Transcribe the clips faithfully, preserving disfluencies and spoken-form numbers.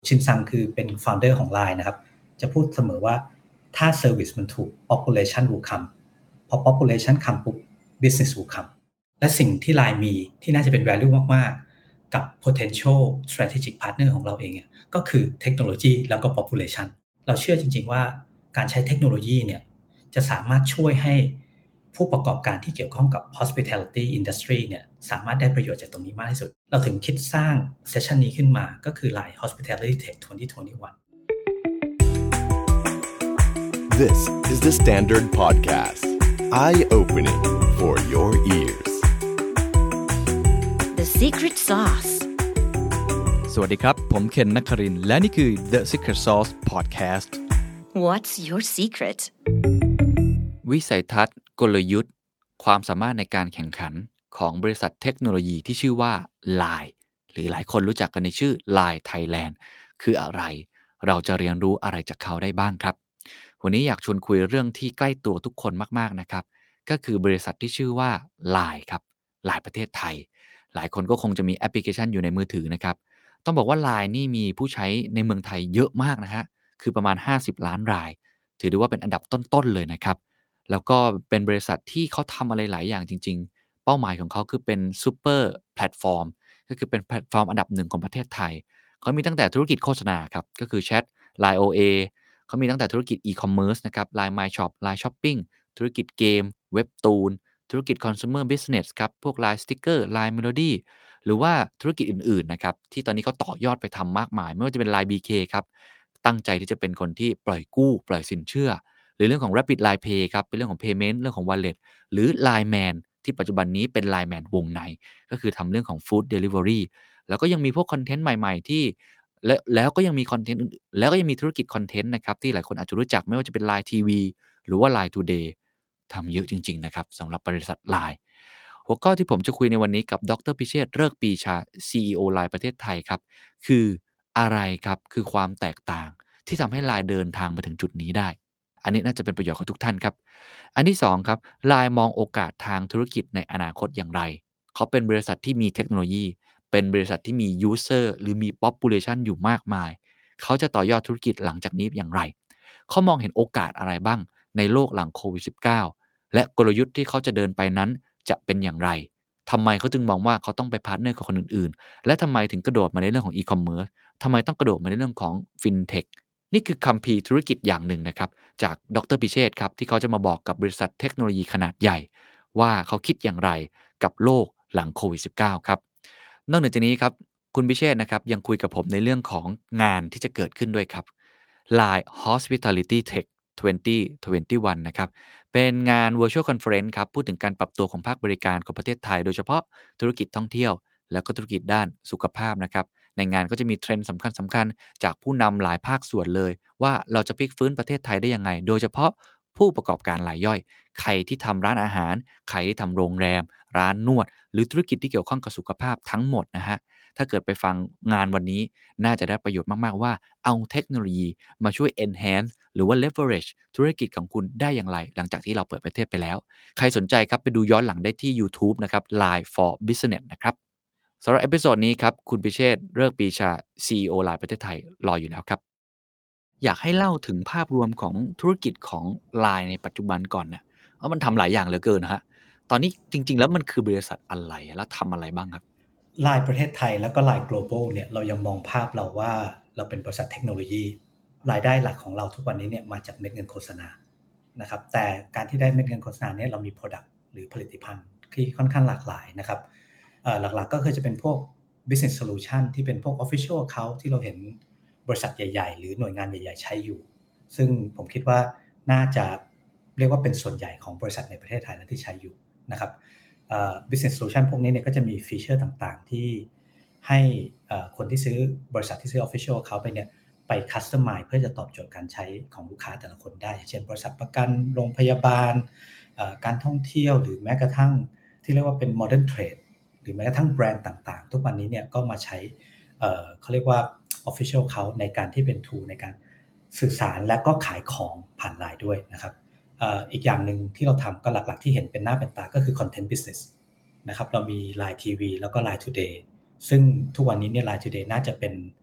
ชินซังคือเป็น founder ของ ไลน์ นะครับจะพูดเสมอว่าถ้า service มันถูก population will come พอ population come ปุ๊บ business will come และสิ่งที่ ไลน์ มีที่น่าจะเป็น value มากๆกับ potential strategic partner ของเราเองก็คือเทคโนโลยีแล้วก็ population เราเชื่อจริงๆว่าการใช้เทคโนโลยีเนี่ยจะสามารถช่วยให้ผู้ประกอบการที่เกี่ยวข้องกับ hospitality industry เนี่ยสามารถได้ประโยชน์จากตรงนี้มากที่สุดเราถึงคิดสร้างเซสชันนี้ขึ้นมาก็คือ ไลน์ Hospitality Tech twenty twenty-one This is the Standard Podcast Eye-opening for your ears The Secret Sauce สวัสดีครับผมเคนนักครินทร์และนี่คือ The Secret Sauce Podcast What's your secret วิสัยทัศน์กลยุทธ์ความสามารถในการแข่งขันของบริษัทเทคโนโลยีที่ชื่อว่า ไลน์ หรือหลายคนรู้จักกันในชื่อ ไลน์ Thailand คืออะไรเราจะเรียนรู้อะไรจากเขาได้บ้างครับวันนี้อยากชวนคุยเรื่องที่ใกล้ตัวทุกคนมากๆนะครับก็คือบริษัทที่ชื่อว่า ไลน์ ครับ ไลน์ ประเทศไทยหลายคนก็คงจะมีแอปพลิเคชันอยู่ในมือถือนะครับต้องบอกว่า ไลน์ นี่มีผู้ใช้ในเมืองไทยเยอะมากนะฮะคือประมาณห้าสิบล้านรายถือได้ว่าเป็นอันดับต้นๆเลยนะครับแล้วก็เป็นบริษัทที่เขาทำอะไรหลายอย่างจริงๆเป้าหมายของเขาคือเป็นซูเปอร์แพลตฟอร์มก็คือเป็นแพลตฟอร์มอันดับหนึ่งของประเทศไทยเขามีตั้งแต่ธุรกิจโฆษณาครับก็คือแชท ไลน์ โอ เอ เขามีตั้งแต่ธุรกิจอีคอมเมิร์ซนะครับ ไลน์ My Shop ไลน์ Shopping ธุรกิจเกมเว็บตูนธุรกิจ Consumer Business ครับพวก ไลน์ Sticker ไลน์ Melody หรือว่าธุรกิจอื่นๆนะครับที่ตอนนี้เขาต่อยอดไปทำมากมายไม่ว่าจะเป็น ไลน์ บี เค ครับตั้งใจที่จะเป็นคนที่ปล่อยกู้ปล่อยสินเชื่อหรือเรื่องของ Rapid ไลน์ Pay ครับเป็นเรื่องของ Payment เรื่องของ Wallet หรือ ไลน์ Man ที่ปัจจุบันนี้เป็น ไลน์ Man วงในก็คือทำเรื่องของ Food Delivery แล้วก็ยังมีพวกคอนเทนต์ใหม่ๆที่และแล้วก็ยังมีคอนเทนต์อื่นๆแล้วก็ยังมีธุรกิจคอนเทนต์นะครับที่หลายคนอาจจะรู้จักไม่ว่าจะเป็น ไลน์ ที วี หรือว่า ไลน์ Today ทำเยอะจริงๆนะครับสำหรับบริษัท ไลน์ หัวข้อที่ผมจะคุยในวันนี้กับดร.พิเชษฐ์ เริกปีชา ซี อี โอ ไลน์ ประเทศไทยครับคืออะไรครับคือความแตกต่างที่ทำให้ ไลน์ เดินทางมาถึงจุดนี้ได้อันนี้น่าจะเป็นประโยชน์กับทุกท่านครับอันที่สองครับ ไลน์ มองโอกาสทางธุรกิจในอนาคตอย่างไรเขาเป็นบริษัทที่มีเทคโนโลยีเป็นบริษัทที่มี user หรือมี population อยู่มากมายเขาจะต่อยอดธุรกิจหลังจากนี้อย่างไรเขามองเห็นโอกาสอะไรบ้างในโลกหลังโควิด สิบเก้า และกลยุทธ์ที่เขาจะเดินไปนั้นจะเป็นอย่างไรทำไมเขาจึงมองว่าเขาต้องไปพาร์ทเนอร์กับคนอื่นๆและทำไมถึงกระโดดมาในเรื่องของอีคอมเมิร์ซทำไมต้องกระโดดมาในเรื่องของฟินเทคนี่คือคัมภีร์ธุรกิจอย่างหนึ่งนะครับจากดร.พิเชษฐ์ครับที่เขาจะมาบอกกับบริษัทเทคโนโลยีขนาดใหญ่ว่าเขาคิดอย่างไรกับโลกหลังโควิด สิบเก้า ครับนอกเหนือจากนี้ครับคุณพิเชษฐ์นะครับยังคุยกับผมในเรื่องของงานที่จะเกิดขึ้นด้วยครับ ไลน์ Hospitality Tech twenty twenty-one นะครับเป็นงาน Virtual Conference ครับพูดถึงการปรับตัวของภาคบริการของประเทศไทยโดยเฉพาะธุรกิจท่องเที่ยวแล้วก็ธุรกิจด้านสุขภาพนะครับในงานก็จะมีเทรนด์สำคัญๆจากผู้นำหลายภาคส่วนเลยว่าเราจะพลิกฟื้นประเทศไทยได้ยังไงโดยเฉพาะผู้ประกอบการรายย่อยใครที่ทำร้านอาหารใครที่ทำโรงแรมร้านนวดหรือธุรกิจที่เกี่ยวข้องกับสุขภาพทั้งหมดนะฮะถ้าเกิดไปฟังงานวันนี้น่าจะได้ประโยชน์มากๆว่าเอาเทคโนโลยีมาช่วย enhance หรือว่า leverage ธุรกิจของคุณได้อย่างไรหลังจากที่เราเปิดประเทศไปแล้วใครสนใจครับไปดูย้อนหลังได้ที่ YouTube นะครับ ไลน์ for Business นะครับสำหรับเอพิโซดนี้ครับคุณพิเชษฐ์ เริกปีชา ซี อี โอ ไลน์ ประเทศไทยรออยู่แล้วครับอยากให้เล่าถึงภาพรวมของธุรกิจของ ไลน์ ในปัจจุบันก่อนนะว่ามันทำหลายอย่างเหลือเกินนะฮะตอนนี้จริงๆแล้วมันคือบริษัทอะไรและทำอะไรบ้างครับไลน์ ประเทศไทยแล้วก็ ไลน์ global เนี่ยเรายังมองภาพเราว่าเราเป็นบริษัทเทคโนโลยีรายได้หลักของเราทุกวันนี้เนี่ยมาจากเม็ดเงินโฆษณานะครับแต่การที่ได้เม็ดเงินโฆษณาเนี่ยเรามี product หรือผลิตภัณฑ์ที่ค่อนข้างหลากหลายนะครับเอ่อหลักๆก็คือจะเป็นพวก business solution ที่เป็นพวก official account ที่เราเห็นบริษัทใหญ่ๆหรือหน่วยงานใหญ่ๆใช้อยู่ซึ่งผมคิดว่าน่าจะเรียกว่าเป็นส่วนใหญ่ของบริษัทในประเทศไทยและที่ใช้อยู่นะครับbusiness solution พวกนี้เนี่ยก็จะมีฟีเจอร์ต่างๆที่ให้คนที่ซื้อบริษัทที่ซื้อ official เขาไปเนี่ยไป customize เพื่อจะตอบโจทย์การใช้ของลูกค้าแต่ละคนได้เช่นบริษัทประกันโรงพยาบาลการท่องเที่ยวหรือแม้กระทั่งที่เรียกว่าเป็น modern trade หรือแม้กระทั่งแบรนด์ต่างๆทุกวันนี้เนี่ยก็มาใช้เขาเรียกว่า official เขาในการที่เป็น tool ในการสื่อสารและก็ขายของผ่านไลน์ด้วยนะครับอีกอย่างหนึ่งที่เราทำก็หลักๆที่เห็นเป็นหน้าเป็นตาก็คือ content business นะครับเรามี ไลน์ ที วี แล้วก็ ไลน์ Today ซึ่งทุกวันนี้เนี่ย ไลน์ Today น่าจะเป็น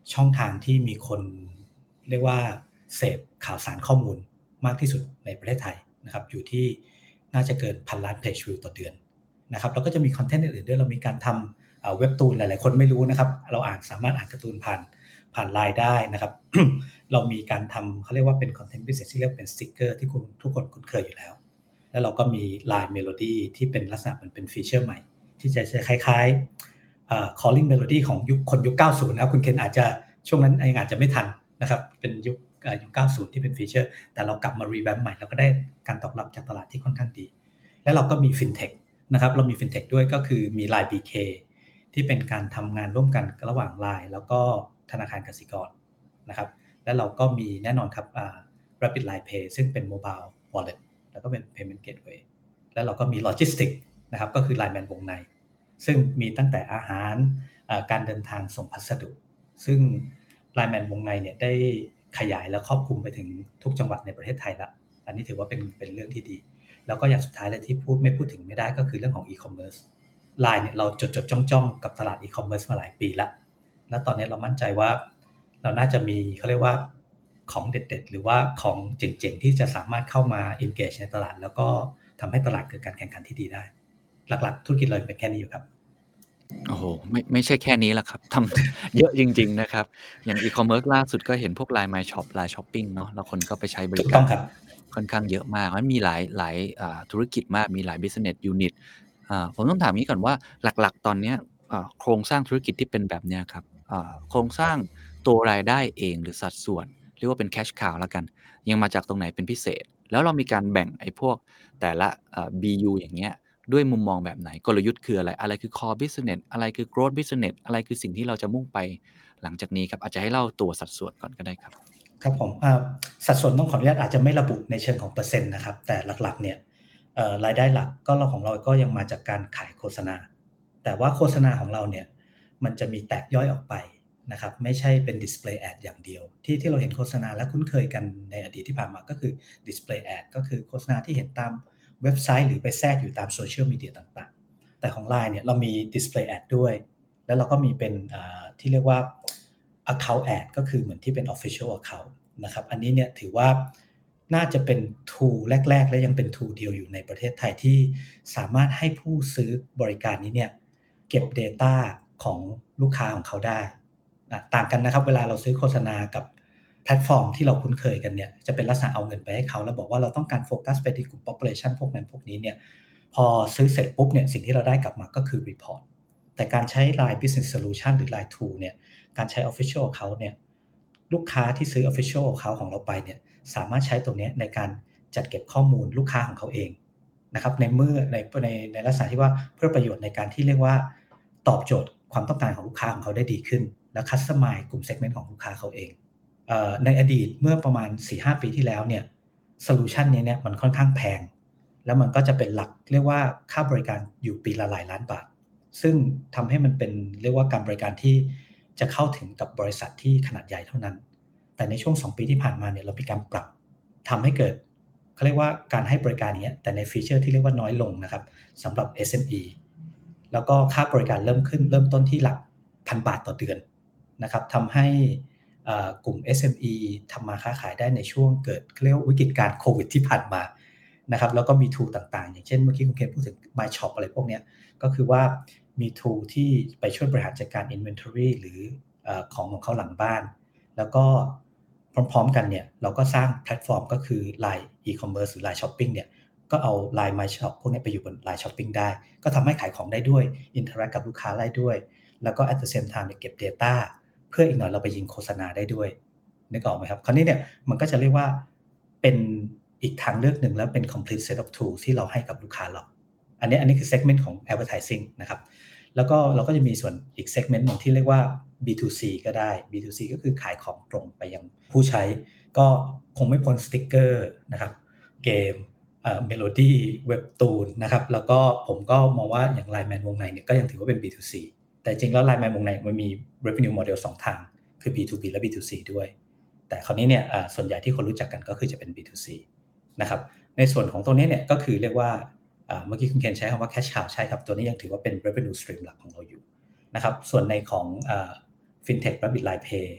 ช่องทางที่มีคนเรียกว่าเสพข่าวสารข้อมูลมากที่สุดในประเทศไทยนะครับอยู่ที่น่าจะเกินพันล้านเพจวิวต่อเดือนนะครับแล้วก็จะมีคอนเทนต์อื่นๆด้วยเรามีการทำเว็บตูนหลายๆคนไม่รู้นะครับเราอ่านสามารถอ่านการ์ตูนผ่านผ่านไลน์ได้นะครับ เรามีการทำเขาเรียกว่าเป็นคอนเทนต์พิเศษที่เรียกเป็นสติ๊กเกอร์ที่คุณทุกคนคุ้นเคยอยู่แล้วแล้วเราก็มี Line Melody ที่เป็นลักษณะมันเป็นฟีเจอร์ใหม่ที่จะคล้ายๆเอ่อ calling melody ของยุคคนยุคเก้าสิบนะครับคุณเคนอาจจะช่วงนั้นเองอาจจะไม่ทันนะครับเป็นยุคยุคเก้าสิบที่เป็นฟีเจอร์แต่เรากลับมารีแวมป์ใหม่แล้วก็ได้การตอบรับจากตลาดที่ค่อนข้างดีแล้วเราก็มี FinTech นะครับเรามี FinTech ด้วยก็คือมี ไลน์ บี เค ที่เป็นการทำงานร่วมกันระหว่าง ไลน์ แล้วก็ธนาคารกสิกรนะครับแล้วเราก็มีแน่นอนครับอ่า Rapid Line Pay ซึ่งเป็น Mobile Wallet แล้วก็เป็น Payment Gateway แล้วเราก็มี Logistics นะครับก็คือ ไลน์ แมน วงในซึ่งมีตั้งแต่อาหารการเดินทางส่งพัสดุซึ่ง ไลน์ แมน วงในเนี่ยได้ขยายและครอบคลุมไปถึงทุกจังหวัดในประเทศไทยแล้วอันนี้ถือว่าเป็นเป็นเรื่องที่ดีแล้วก็อย่างสุดท้ายเลยที่พูดไม่พูดถึงไม่ได้ก็คือเรื่องของ e-commerce ไลน์เนี่ยเราจดจดจ้องๆกับตลาด e-commerce มาหลายปีแล้วและตอนนี้เรามั่นใจว่าเราน่าจะมีเขาเรียกว่าของเด็ดๆหรือว่าของเจ๋งๆที่จะสามารถเข้ามา engage ในตลาดแล้วก็ทำให้ตลาดเกิดการแข่งขันที่ดีได้หลักๆธุรกิจเราเป็นแค่นี้อยู่ครับโอ้โหไม่ไม่ใช่แค่นี้แหละครับทำ เยอะจริงๆนะครับอย่างอีคอมเมิร์ซล่าสุดก็เห็นพวก ไลน์ My Shop ไลน์ Shopping เนาะแล้วคนก็ไปใช้บริการค่อนข้างเยอะมากมันมีหลายหลายอ่าธุรกิจมากมีหลาย business unit อ่าผมต้องถามงี้ก่อนว่าหลักๆตอนเนี้ยอ่าโครงสร้างธุรกิจที่เป็นแบบเนี้ยครับอ่าโครงสร้างตัวรายได้เองหรือสัดส่วนเรียกว่าเป็น cash cow แล้วกันยังมาจากตรงไหนเป็นพิเศษแล้วเรามีการแบ่งไอ้พวกแต่ละอ่า บี ยู อย่างเงี้ยด้วยมุมมองแบบไหนกลยุทธ์คืออะไรอะไรคือ core business อะไรคือ growth business อะไรคือสิ่งที่เราจะมุ่งไปหลังจากนี้ครับอาจจะให้เล่าตัวสัดส่วนก่อนก็ได้ครับครับผมสัดส่วนต้องขออนุญาตอาจจะไม่ระบุในเชิงของเปอร์เซ็นต์นะครับแต่หลักๆเนี่ยรายได้หลักก็เราของเราก็ยังมาจากการขายโฆษณาแต่ว่าโฆษณาของเราเนี่ยมันจะมีแตกย่อยออกไปนะครับไม่ใช่เป็น display ad อย่างเดียวที่ที่เราเห็นโฆษณาและคุ้นเคยกันในอดีตที่ผ่านมาก็คือ display ad ก็คือโฆษณาที่เห็นตามเว็บไซต์หรือไปแทรกอยู่ตามโซเชียลมีเดียต่างๆแต่ของ ไลน์ เนี่ยเรามี display ad ด้วยแล้วเราก็มีเป็นที่เรียกว่า account ad ก็คือเหมือนที่เป็น official account นะครับอันนี้เนี่ยถือว่าน่าจะเป็น tool แรกๆและยังเป็น tool เดียวอยู่ในประเทศไทยที่สามารถให้ผู้ซื้อบริการนี้เนี่ยเก็บ data ของลูกค้าของเขาได้ต่างกันนะครับเวลาเราซื้อโฆษณากับแพลตฟอร์มที่เราคุ้นเคยกันเนี่ยจะเป็นลักษณะเอาเงินไปให้เขาแล้วบอกว่าเราต้องการโฟกัสไปที่กลุ่ม population พวกนั้นพวกนี้เนี่ยพอซื้อเสร็จปุ๊บเนี่ยสิ่งที่เราได้กลับมาก็คือ report แต่การใช้ ไลน์ Business Solution หรือ ไลน์ Tool เนี่ยการใช้ Official Account เนี่ยลูกค้าที่ซื้อ Official Account ของเราไปเนี่ยสามารถใช้ตรงนี้ในการจัดเก็บข้อมูลลูกค้าของเขาเองนะครับในเมื่อในในในลักษณะที่ว่าเพื่อประโยชน์ในการที่เรียกว่าตอบโจทย์ความต้องการของลูกค้าของเขาได้ดีขึ้นและ Customize กลุ่ม Segment ของลูกค้าเขาเองเอ่อในอดีตเมื่อประมาณ สี่ห้า ปีที่แล้วเนี่ยโซลูชันนี้เนี่ยมันค่อนข้างแพงแล้วมันก็จะเป็นหลักเรียกว่าค่าบริการอยู่ปีละหลายล้านบาทซึ่งทำให้มันเป็นเรียกว่าการบริการที่จะเข้าถึงกับบริษัทที่ขนาดใหญ่เท่านั้นแต่ในช่วงสองปีที่ผ่านมาเนี่ยเรามีการปรับทำให้เกิดเขาเรียกว่าการให้บริการนี้แต่ในฟีเจอร์ที่เรียกว่าน้อยลงนะครับสำหรับ เอส เอ็ม อี แล้วก็ค่าบริการเริ่มขึ้นเริ่มต้นที่หลักพันบาทต่อเดือนนะครับทำให้กลุ่ม เอส เอ็ม อี ทำมาค้าขายได้ในช่วงเกิดเรียกว่าวิกฤตการโควิดที่ผ่านมานะครับแล้วก็มี tool ต่างๆอย่างเช่นเมื่อกี้คุณเคนพูดถึง My Shop อะไรพวกนี้ก็คือว่ามี tool ที่ไปช่วยบริหารจัดการ inventory หรือของของเขาหลังบ้านแล้วก็พร้อมๆกันเนี่ยเราก็สร้างแพลตฟอร์มก็คือ ไลน์ e-commerce หรือ ไลน์ Shopping เนี่ยก็เอา ไลน์ My Shop พวกนี้ไปอยู่บน ไลน์ Shopping ได้ก็ทำให้ขายของได้ด้วย interact กับลูกค้าได้ด้วยแล้วก็ at the same time เก็บ data เพื่ออีกหน่อยเราไปยิงโฆษณาได้ด้วยนึกออกไหมครับคราวนี้เนี่ยมันก็จะเรียกว่าเป็นอีกทางเลือกหนึ่งแล้วเป็น complete set of tools ที่เราให้กับลูกค้าเราอันนี้อันนี้คือ segment ของ advertising นะครับแล้วก็เราก็จะมีส่วนอีก segment หนึ่งที่เรียกว่า บี ทู ซี ก็ได้ บี ทู ซี ก็คือขายของตรงไปยังผู้ใช้ก็คงไม่พ้นสติ๊กเกอร์นะครับเกมเอ่อเมโลดี้เว็บตูนนะครับแล้วก็ผมก็มองว่าอย่าง ไลน์ แมน วงในเนี่ยก็ยังถือว่าเป็น บี ทู ซี แต่จริงแล้ว ไลน์ แมน วงในมันมี revenue model สองทางคือ บี ทู บี และ บี ทู ซี ด้วยแต่คราวนี้เนี่ยส่วนใหญ่ที่คนรู้จักกันก็คือจะเป็น บี ทู ซี นะครับในส่วนของตัวนี้เนี่ยก็คือเรียกว่าเมื่อกี้คุณเคนใช้คำว่า cash cow ใช่ครับตัวนี้ยังถือว่าเป็น revenue stream หลักของเราอยู่นะครับส่วนในของ FinTech Rapid Line Pay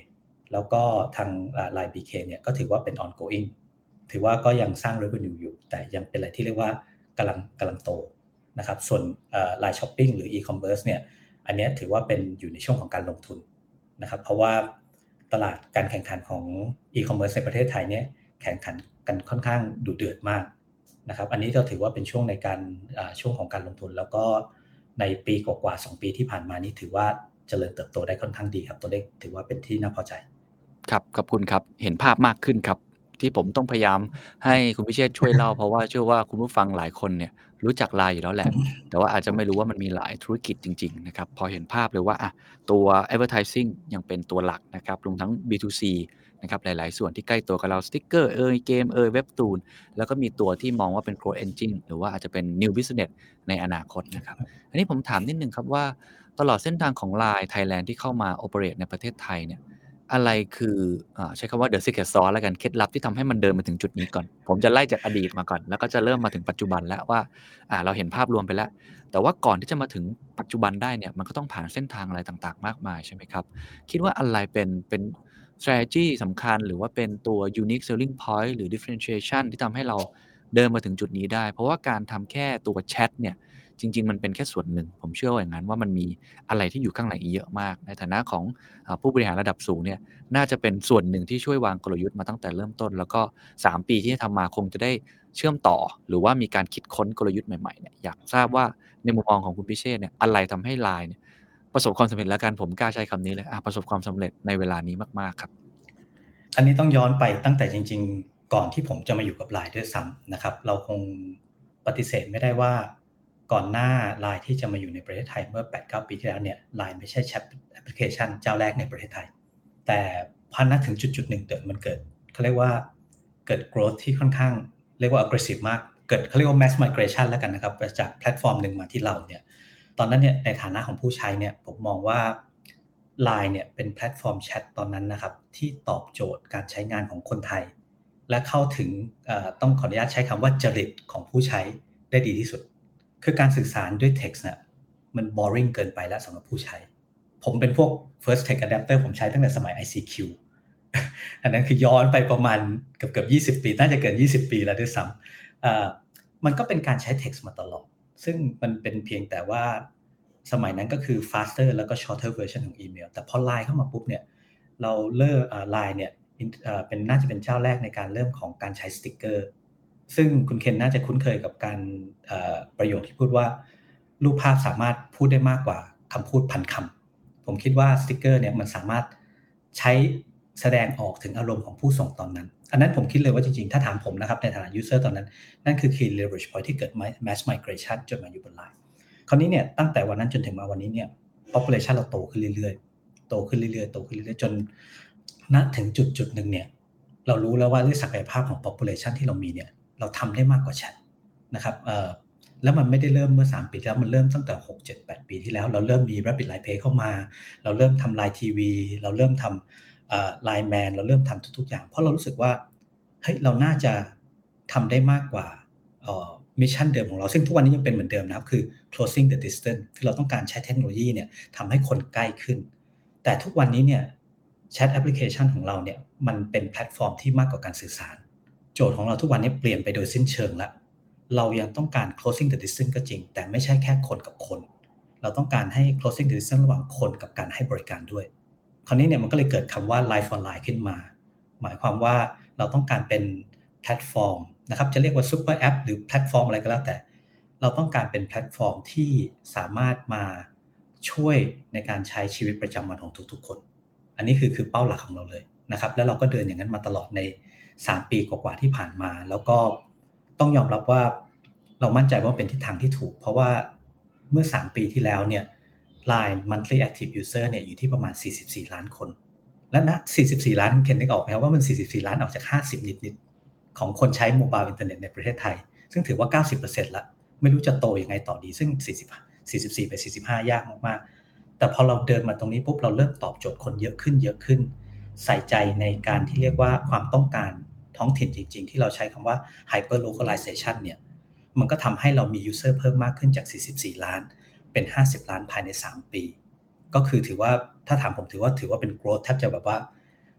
แล้วก็ทาง ไลน์ บี เค เนี่ยก็ถือว่าเป็น ongoing ถือว่าก็ยังสร้าง revenue อยู่แต่ยังเป็นอะไรที่เรียกว่ากำลังกำลังโตนะครับส่วน ไลน์ Shopping หรือ e-commerce เนี่ยอันนี้ถือว่าเป็นอยู่ในช่วงของการลงทุนนะครับเพราะว่าตลาดการแข่งขันของ e-commerce ในประเทศไทยเนี่ยแข่งขันกันค่อนข้างดุเดือดมากนะครับอันนี้ก็ถือว่าเป็นช่วงในการช่วงของการลงทุนแล้วก็ในปีกว่าๆสองปีที่ผ่านมานี้ถือว่าเจริญเติบโตได้ค่อนข้างดีครับตัวเลขถือว่าเป็นที่น่าพอใจครับขอบคุณครับเห็นภาพมากขึ้นครับที่ผมต้องพยายามให้คุณพิเชษฐ์ช่วยเล่า เพราะว่าเชื่อว่าคุณผู้ฟังหลายคนเนี่ยรู้จัก ไลน์ อยู่แล้วแหละ แต่ว่าอาจจะไม่รู้ว่ามันมีหลายธุรกิจจริงๆนะครับพอเห็นภาพเลยว่าอ่ะตัว advertising ยังเป็นตัวหลักนะครับรวมทั้ง บี ทู ซี นะครับหลายๆส่วนที่ใกล้ตัวกับเราสติ๊กเกอร์เอยเกมเอยเว็บตูนแล้วก็มีตัวที่มองว่าเป็น growth engine หรือว่าอาจจะเป็น new business ในอนาคตนะครับอันนี้ผมถามนิดนึงครับว่าตลอดเส้นทางของ ไลน์ Thailand ที่เข้ามา operate ในประเทศไทยเนี่ยอะไรคืออ่าใช้คำว่า the secret sauce แล้วกันเคล็ดลับที่ทำให้มันเดินมาถึงจุดนี้ก่อนผมจะไล่จากอดีตมาก่อนแล้วก็จะเริ่มมาถึงปัจจุบันแล้วว่าอ่าเราเห็นภาพรวมไปแล้วแต่ว่าก่อนที่จะมาถึงปัจจุบันได้เนี่ยมันก็ต้องผ่านเส้นทางอะไรต่างๆมากมายใช่ไหมครับคิดว่าอะไรเป็นเป็น strategy สำคัญหรือว่าเป็นตัว unique selling point หรือ differentiation ที่ทำให้เราเดินมาถึงจุดนี้ได้เพราะว่าการทำแค่ตัวแชทเนี่ยจริงๆมันเป็นแค่ส่วนหนึ่งผมเชื่อว่าอย่างนั้นว่ามันมีอะไรที่อยู่ข้างในอีกเยอะมากในฐานะของผู้บริหารระดับสูงเนี่ยน่าจะเป็นส่วนหนึ่งที่ช่วยวางกลยุทธ์มาตั้งแต่เริ่มต้นแล้วก็สามปีที่ทำมาคงจะได้เชื่อมต่อหรือว่ามีการคิดค้นกลยุทธ์ใหม่ๆเนี่ยอยากทราบว่าในมุมมองของคุณพิเชษฐ์เนี่ยอะไรทำให้ ไลน์ เนี่ยประสบความสำเร็จแล้วกันผมกล้าใช้คำนี้เลยประสบความสำเร็จในเวลานี้มากๆครับอันนี้ต้องย้อนไปตั้งแต่จริงๆก่อนที่ผมจะมาอยู่กับ ไลน์ ด้วยซ้ำนะครับเราคงปฏิเสธไม่ได้ว่าก่อนหน้า ไลน์ ที่จะมาอยู่ในประเทศไทยเมื่อ แปดเก้า ปีที่แล้วเนี่ย ไลน์ ไม่ใช่แชทแอปพลิเคชันเจ้าแรกในประเทศไทยแต่พอณถึงจุดๆหนึ่งเกิดมันเกิดเขาเรียกว่าเกิด growth ที่ค่อนข้างเรียกว่า aggressive มากเกิดเขาเรียกว่า mass migration แล้วกันนะครับจากแพลตฟอร์มหนึ่งมาที่เราเนี่ยตอนนั้นเนี่ยในฐานะของผู้ใช้เนี่ยผมมองว่า ไลน์ เนี่ยเป็นแพลตฟอร์มแชทตอนนั้นนะครับที่ตอบโจทย์การใช้งานของคนไทยและเข้าถึงต้องขออนุญาตใช้คำว่าจริตของผู้ใช้ได้ดีที่สุดคือการสื่อสารด้วย text เนี่ยมัน boring เกินไปแล้วสำหรับผู้ใช้ผมเป็นพวก first text adapter ผมใช้ตั้งแต่สมัย ไอ ซี คิว อันนั้นคือย้อนไปประมาณเกือบๆยี่สิบปีน่าจะเกินยี่สิบปีแล้วด้วยซ้ำมันก็เป็นการใช้ text มาตลอดซึ่งมันเป็นเพียงแต่ว่าสมัยนั้นก็คือ faster แล้วก็ shorter version ของอีเมลแต่พอ ไลน์ เข้ามาปุ๊บเนี่ยเราเริ่ม ไลน์ เนี่ยเป็นน่าจะเป็นเจ้าแรกในการเริ่มของการใช้สติ๊กเกอร์ซึ่งคุณเคนน่าจะคุ้นเคยกับการประโยคที่พูดว่ารูปภาพสามารถพูดได้มากกว่าคำพูดพันคำผมคิดว่าสติ๊กเกอร์เนี่ยมันสามารถใช้แสดงออกถึงอารมณ์ของผู้ส่งตอนนั้นอันนั้นผมคิดเลยว่าจริงๆถ้าถามผมนะครับในฐานะ user ตอนนั้นนั่นคือ key leverage point ที่เกิด mass migration จนมาอยู่บน ไลน์ คราวนี้เนี่ยตั้งแต่วันนั้นจนถึงมาวันนี้เนี่ย population เราโตขึ้นเรื่อยๆโตขึ้นเรื่อยๆโตขึ้นเรื่อยๆจนณถึงจุดๆนึงเนี่ยเรารู้แล้วว่าด้วยศักยภาพของ population ที่เรามีเนี่ยเราทำได้มากกว่าแชทนะครับเอ่อแล้วมันไม่ได้เริ่มเมื่อสามปีแล้วมันเริ่มตั้งแต่หก เจ็ด แปดปีที่แล้วเราเริ่มมี Rapid Line Pay เข้ามาเราเริ่มทำ ไลน์ ที วี เราเริ่มทำเอ่อ ไลน์ Man เราเริ่มทำทุกๆอย่างเพราะเรารู้สึกว่าเฮ้ยเราน่าจะทำได้มากกว่าเอ่อมิชชั่นเดิมของเราซึ่งทุกวันนี้ยังเป็นเหมือนเดิมนะครับคือ closing the distance คือเราต้องการใช้เทคโนโลยีเนี่ยทำให้คนใกล้ขึ้นแต่ทุกวันนี้เนี่ยแชทแอปพลิเคชันของเราเนี่ยมันเป็นแพลตฟอร์มที่มากกว่าการสื่อสารโจทย์ของเราทุกวันนี้เปลี่ยนไปโดยสิ้นเชิงแล้วเรายังต้องการ closing the distance ก็จริงแต่ไม่ใช่แค่คนกับคนเราต้องการให้ closing the distance ระหว่างคนกับการให้บริการด้วยคราวนี้เนี่ยมันก็เลยเกิดคำว่า Life Online ขึ้นมาหมายความว่าเราต้องการเป็นแพลตฟอร์มนะครับจะเรียกว่าซุปเปอร์แอปหรือแพลตฟอร์มอะไรก็แล้วแต่เราต้องการเป็นแพลตฟอร์มที่สามารถมาช่วยในการใช้ชีวิตประจำวันของทุกๆคนอันนี้คือคือเป้าหลักของเราเลยนะครับแล้วเราก็เดินอย่างนั้นมาตลอดในสามปีกว่าๆที่ผ่านมาแล้วก็ต้องยอมรับว่าเรามั่นใจว่าเป็นทิศทางที่ถูกเพราะว่าเมื่อสามปีที่แล้วเนี่ย ไลน์ monthly active user เนี่ยอยู่ที่ประมาณสี่สิบสี่ล้านคนและณสี่สิบสี่ล้านคุณเคนนึกออกไหมครับว่ามันสี่สิบสี่ล้านออกจากห้าสิบนิดๆของคนใช้โมบายอินเทอร์เน็ตในประเทศไทยซึ่งถือว่า เก้าสิบเปอร์เซ็นต์ ละไม่รู้จะโตยังไงต่อดีซึ่งสี่สิบ สี่สิบสี่ไปสี่สิบห้ายากมากๆแต่พอเราเดินมาตรงนี้ปุ๊บเราเริ่มตอบโจทย์คนเยอะขึ้นเยอะขึ้นใส่ใจในการที่เรียกว่าความต้องการท้องถิ่นจริงๆที่เราใช้คำว่า hyper localization เนี่ยมันก็ทำให้เรามี user เพิ่มมากขึ้นจากสี่สิบสี่ล้านเป็นห้าสิบล้านภายในสามปีก็คือถือว่าถ้าถามผมถือว่าถือว่าเป็น growth แทบจะแบบว่า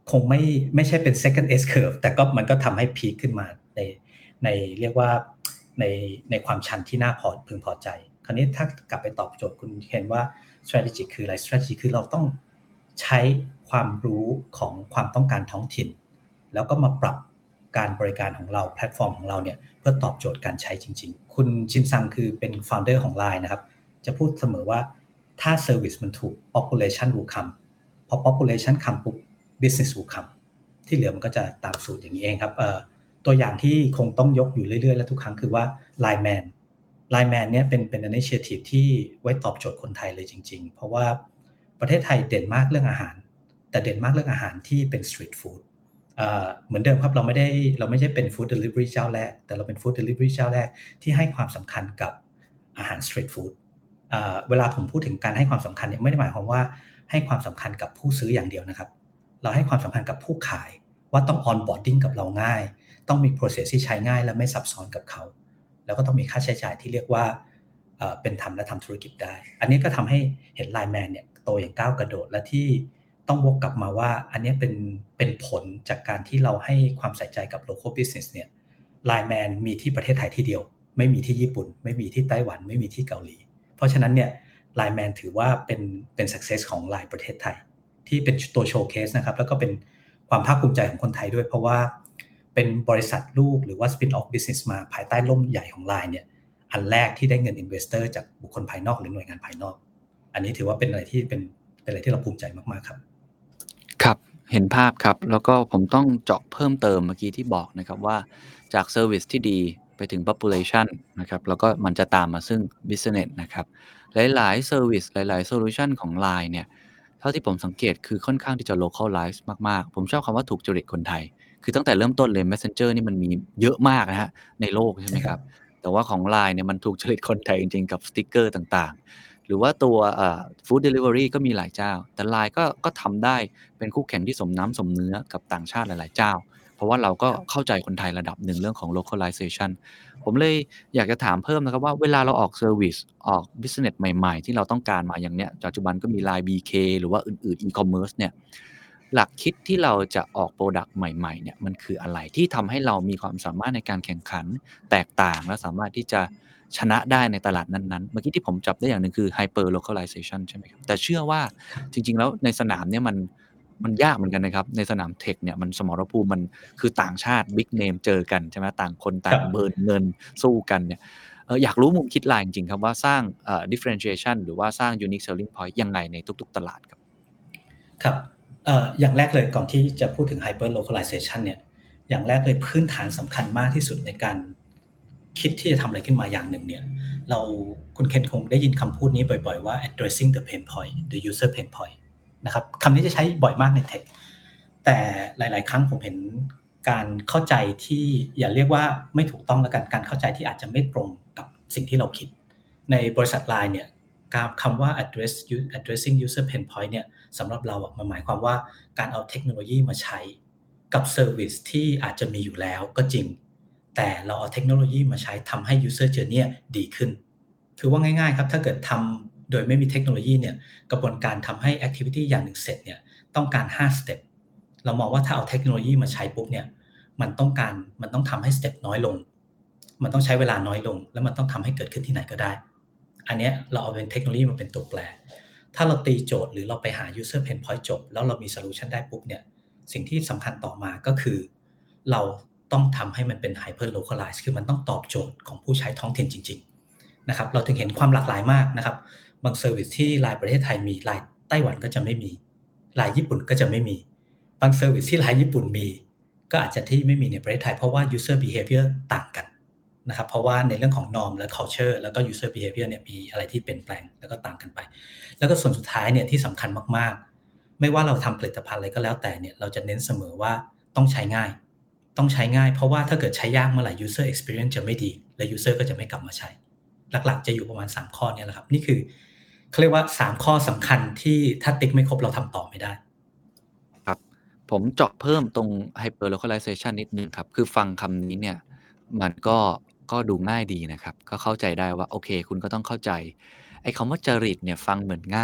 คงไม่ไม่ใช่เป็น second S curve แต่ก็มันก็ทำให้พีคขึ้นมาในในเรียกว่าในในความชันที่น่าพอพึงพอใจคราวนี้ถ้ากลับไปตอบโจทย์คุณเห็นว่า strategy คืออะไร strategy คือเราต้องใช้ความรู้ของความต้องการท้องถิ่นแล้วก็มาปรับการบริการของเราแพลตฟอร์มของเราเนี่ยเพื่อตอบโจทย์การใช้จริงๆคุณชินซังคือเป็น founder ของ ไลน์ นะครับจะพูดเสมอว่าถ้า service มันถูก population will come พอ population come ปุ๊บ business will come ที่เหลือมันก็จะตามสูตรอย่างนี้เองครับเอ่อตัวอย่างที่คงต้องยกอยู่เรื่อยๆและทุกครั้งคือว่า ไลน์ Man ไลน์ Man เนี่ยเป็นเป็น initiative ที่ไว้ตอบโจทย์คนไทยเลยจริงๆเพราะว่าประเทศไทยเด่นมากเรื่องอาหารแต่เด่นมากเรื่องอาหารที่เป็น street food เอ่อเหมือนเดิมครับเราไม่ได้เราไม่ใช่เป็น food delivery เจ้าแรกแต่เราเป็น food delivery เจ้าแรกที่ให้ความสำคัญกับอาหาร street food เอ่อเวลาผมพูดถึงการให้ความสำคัญเนี่ยไม่ได้หมายความว่าให้ความสำคัญกับผู้ซื้ออย่างเดียวนะครับเราให้ความสำคัญกับผู้ขายว่าต้อง onboarding กับเราง่ายต้องมี process ที่ใช้ง่ายและไม่ซับซ้อนกับเขาแล้วก็ต้องมีค่าใช้จ่ายที่เรียกว่าเอ่อเป็นธรรมและทำธุรกิจได้อันนี้ก็ทำให้เห็น ไลน์ Man เนี่ยโตอย่างก้าวกระโดดและที่ต้องวกกลับมาว่าอันนี้เป็นเป็นผลจากการที่เราให้ความใส่ใจกับ local business เนี่ย ไลน์ Man มีที่ประเทศไทยที่เดียวไม่มีที่ญี่ปุ่นไม่มีที่ไต้หวันไม่มีที่เกาหลีเพราะฉะนั้นเนี่ย ไลน์ Man ถือว่าเป็นเป็น success ของ ไลน์ ประเทศไทยที่เป็นตัวโชว์เคสนะครับแล้วก็เป็นความภาคภูมิใจของคนไทยด้วยเพราะว่าเป็นบริษัทลูกหรือว่า spin off business มาภายใต้ร่มใหญ่ของ ไลน์ เนี่ยอันแรกที่ได้เงิน investor จากบุคคลภายนอกหรือหน่วยงานภายนอกอันนี้ถือว่าเป็นอะไรที่เป็นเป็นอะไรที่เราภูมิใจมากๆครับครับเห็นภาพครับแล้วก็ผมต้องเจาะเพิ่มเติมเมื่อกี้ที่บอกนะครับว่าจากเซอร์วิสที่ดีไปถึง population นะครับแล้วก็มันจะตามมาซึ่ง business นะครับหลายๆเซอร์วิสหลายๆโซลูชันของ ไลน์ เนี่ยเท่าที่ผมสังเกตคือค่อนข้างที่จะ localize มากๆผมชอบคำว่าถูกจริตคนไทยคือตั้งแต่เริ่มต้นเลย Messenger นี่มันมีเยอะมากนะฮะในโลกใช่ไหมครับแต่ว่าของ ไลน์ เนี่ยมันถูกจริตคนไทยจริงๆกับสติ๊กเกอร์ต่างๆหรือว่าตัวเอ่อ food delivery ก็มีหลายเจ้าแต่ ไลน์ ก็ก็ทำได้เป็นคู่แข่งที่สมน้ำสมเนื้อกับต่างชาติหลายๆเจ้าเพราะว่าเราก็เข้าใจคนไทยระดับหนึ่งเรื่องของ localization ผมเลยอยากจะถามเพิ่มนะครับว่าเวลาเราออกเซอร์วิสออก business ใหม่ๆที่เราต้องการมาอย่างเนี้ยปัจจุบันก็มี ไลน์ บี เค หรือว่าอื่นๆ e-commerce เนี่ยหลักคิดที่เราจะออกพรอดักต์ใหม่ๆเนี่ยมันคืออะไรที่ทำให้เรามีความสามารถในการแข่งขันแตกต่างและสามารถที่จะชนะได้ในตลาดนั้นๆเมื่อกี้ที่ผมจับได้อย่างหนึ่งคือ hyper localization ใช่ไหมครับแต่เชื่อว่าจริงๆแล้วในสนามเนี่ยมันมันยากเหมือนกันนะครับในสนามเทคเนี่ยมันสมรภูมิมันคือต่างชาติ big name เจอกันใช่ไหมต่างคนต่างเบิร์นเงินสู้กันเนี่ยเอออยากรู้มุมคิด ไลน์ จริงๆครับว่าสร้างเอ่อ differentiation หรือว่าสร้าง unique selling point ยังไงในทุกๆตลาดครับครับเอ่ออย่างแรกเลยก่อนที่จะพูดถึง hyper localization เนี่ยอย่างแรกเลยพื้นฐานสำคัญมากที่สุดในการคิดที่จะทำอะไรขึ้นมาอย่างหนึ่งเนี่ยเราคุณเคนคงได้ยินคำพูดนี้บ่อยๆว่า addressing the pain point the user pain point นะครับคำนี้จะใช้บ่อยมากในเทคแต่หลายๆครั้งผมเห็นการเข้าใจที่อย่าเรียกว่าไม่ถูกต้องแล้วกันการเข้าใจที่อาจจะไม่ตรงกับสิ่งที่เราคิดในบริษัท ไลน์ เนี่ยการคำว่า address addressing user pain point เนี่ยสำหรับเราอ่ะมันหมายความว่าการเอาเทคโนโลยีมาใช้กับเซอร์วิสที่อาจจะมีอยู่แล้วก็จริงแต่เราเอาเทคโนโลยีมาใช้ทำให้ user journey ดีขึ้นคือว่าง่ายๆครับถ้าเกิดทำโดยไม่มีเทคโนโลยีเนี่ยกระบวนการทำให้ activity อย่างหนึ่งเสร็จเนี่ยต้องการห้าสเต็ปเรามองว่าถ้าเอาเทคโนโลยีมาใช้ปุ๊บเนี่ยมันต้องการมันต้องทำให้สเต็ปน้อยลงมันต้องใช้เวลาน้อยลงแล้วมันต้องทำให้เกิดขึ้นที่ไหนก็ได้อันนี้เราเอาเป็นเทคโนโลยีมาเป็นตัวแปรถ้าเราตีโจทย์หรือเราไปหา user pain point จบแล้วเรามี solution ได้ปุ๊บเนี่ยสิ่งที่สำคัญต่อมาก็คือเราต้องทำให้มันเป็น hyper localize คือมันต้องตอบโจทย์ของผู้ใช้ท้องถิ่นจริงๆนะครับเราถึงเห็นความหลากหลายมากนะครับบางเซอร์วิสที่ ไลน์ ประเทศไทยมี ไลน์ ไต้หวันก็จะไม่มี ไลน์ ญี่ปุ่นก็จะไม่มีบางเซอร์วิสที่ ไลน์ ญี่ปุ่นมีก็อาจจะที่ไม่มีในประเทศไทยเพราะว่า user behavior ต่างกันนะครับเพราะว่าในเรื่องของ norm และ culture แล้วก็ user behavior เนี่ยมีอะไรที่เปลี่ยนแปลงแล้วก็ต่างกันไปแล้วก็ส่วนสุดท้ายเนี่ยที่สำคัญมากๆไม่ว่าเราทำผลิตภัณฑ์อะไรก็แล้วแต่เนี่ยเราจะเน้นเสมอว่าต้องใช้ง่ายต้องใช้ง่ายเพราะว่าถ้าเกิดใช้ยากเมื่อไหร่ user experience จะไม่ดีและ user ก็จะไม่กลับมาใช้หลักๆจะอยู่ประมาณสามข้อเนี่ยแหละครับนี่คือเขาเรียกว่าสามข้อสำคัญที่ถ้าติ๊กไม่ครบเราทำต่อไม่ได้ครับผมเจาะเพิ่มตรง hyper localization นิดนึงครับคือฟังคำนี้เนี่ยมันก็ก็ดูง่ายดีนะครับก็เข้าใจได้ว่าโอเคคุณก็ต้องเข้าใจไอ้คำว่าจริตเนี่ยฟังเหมือนง่าย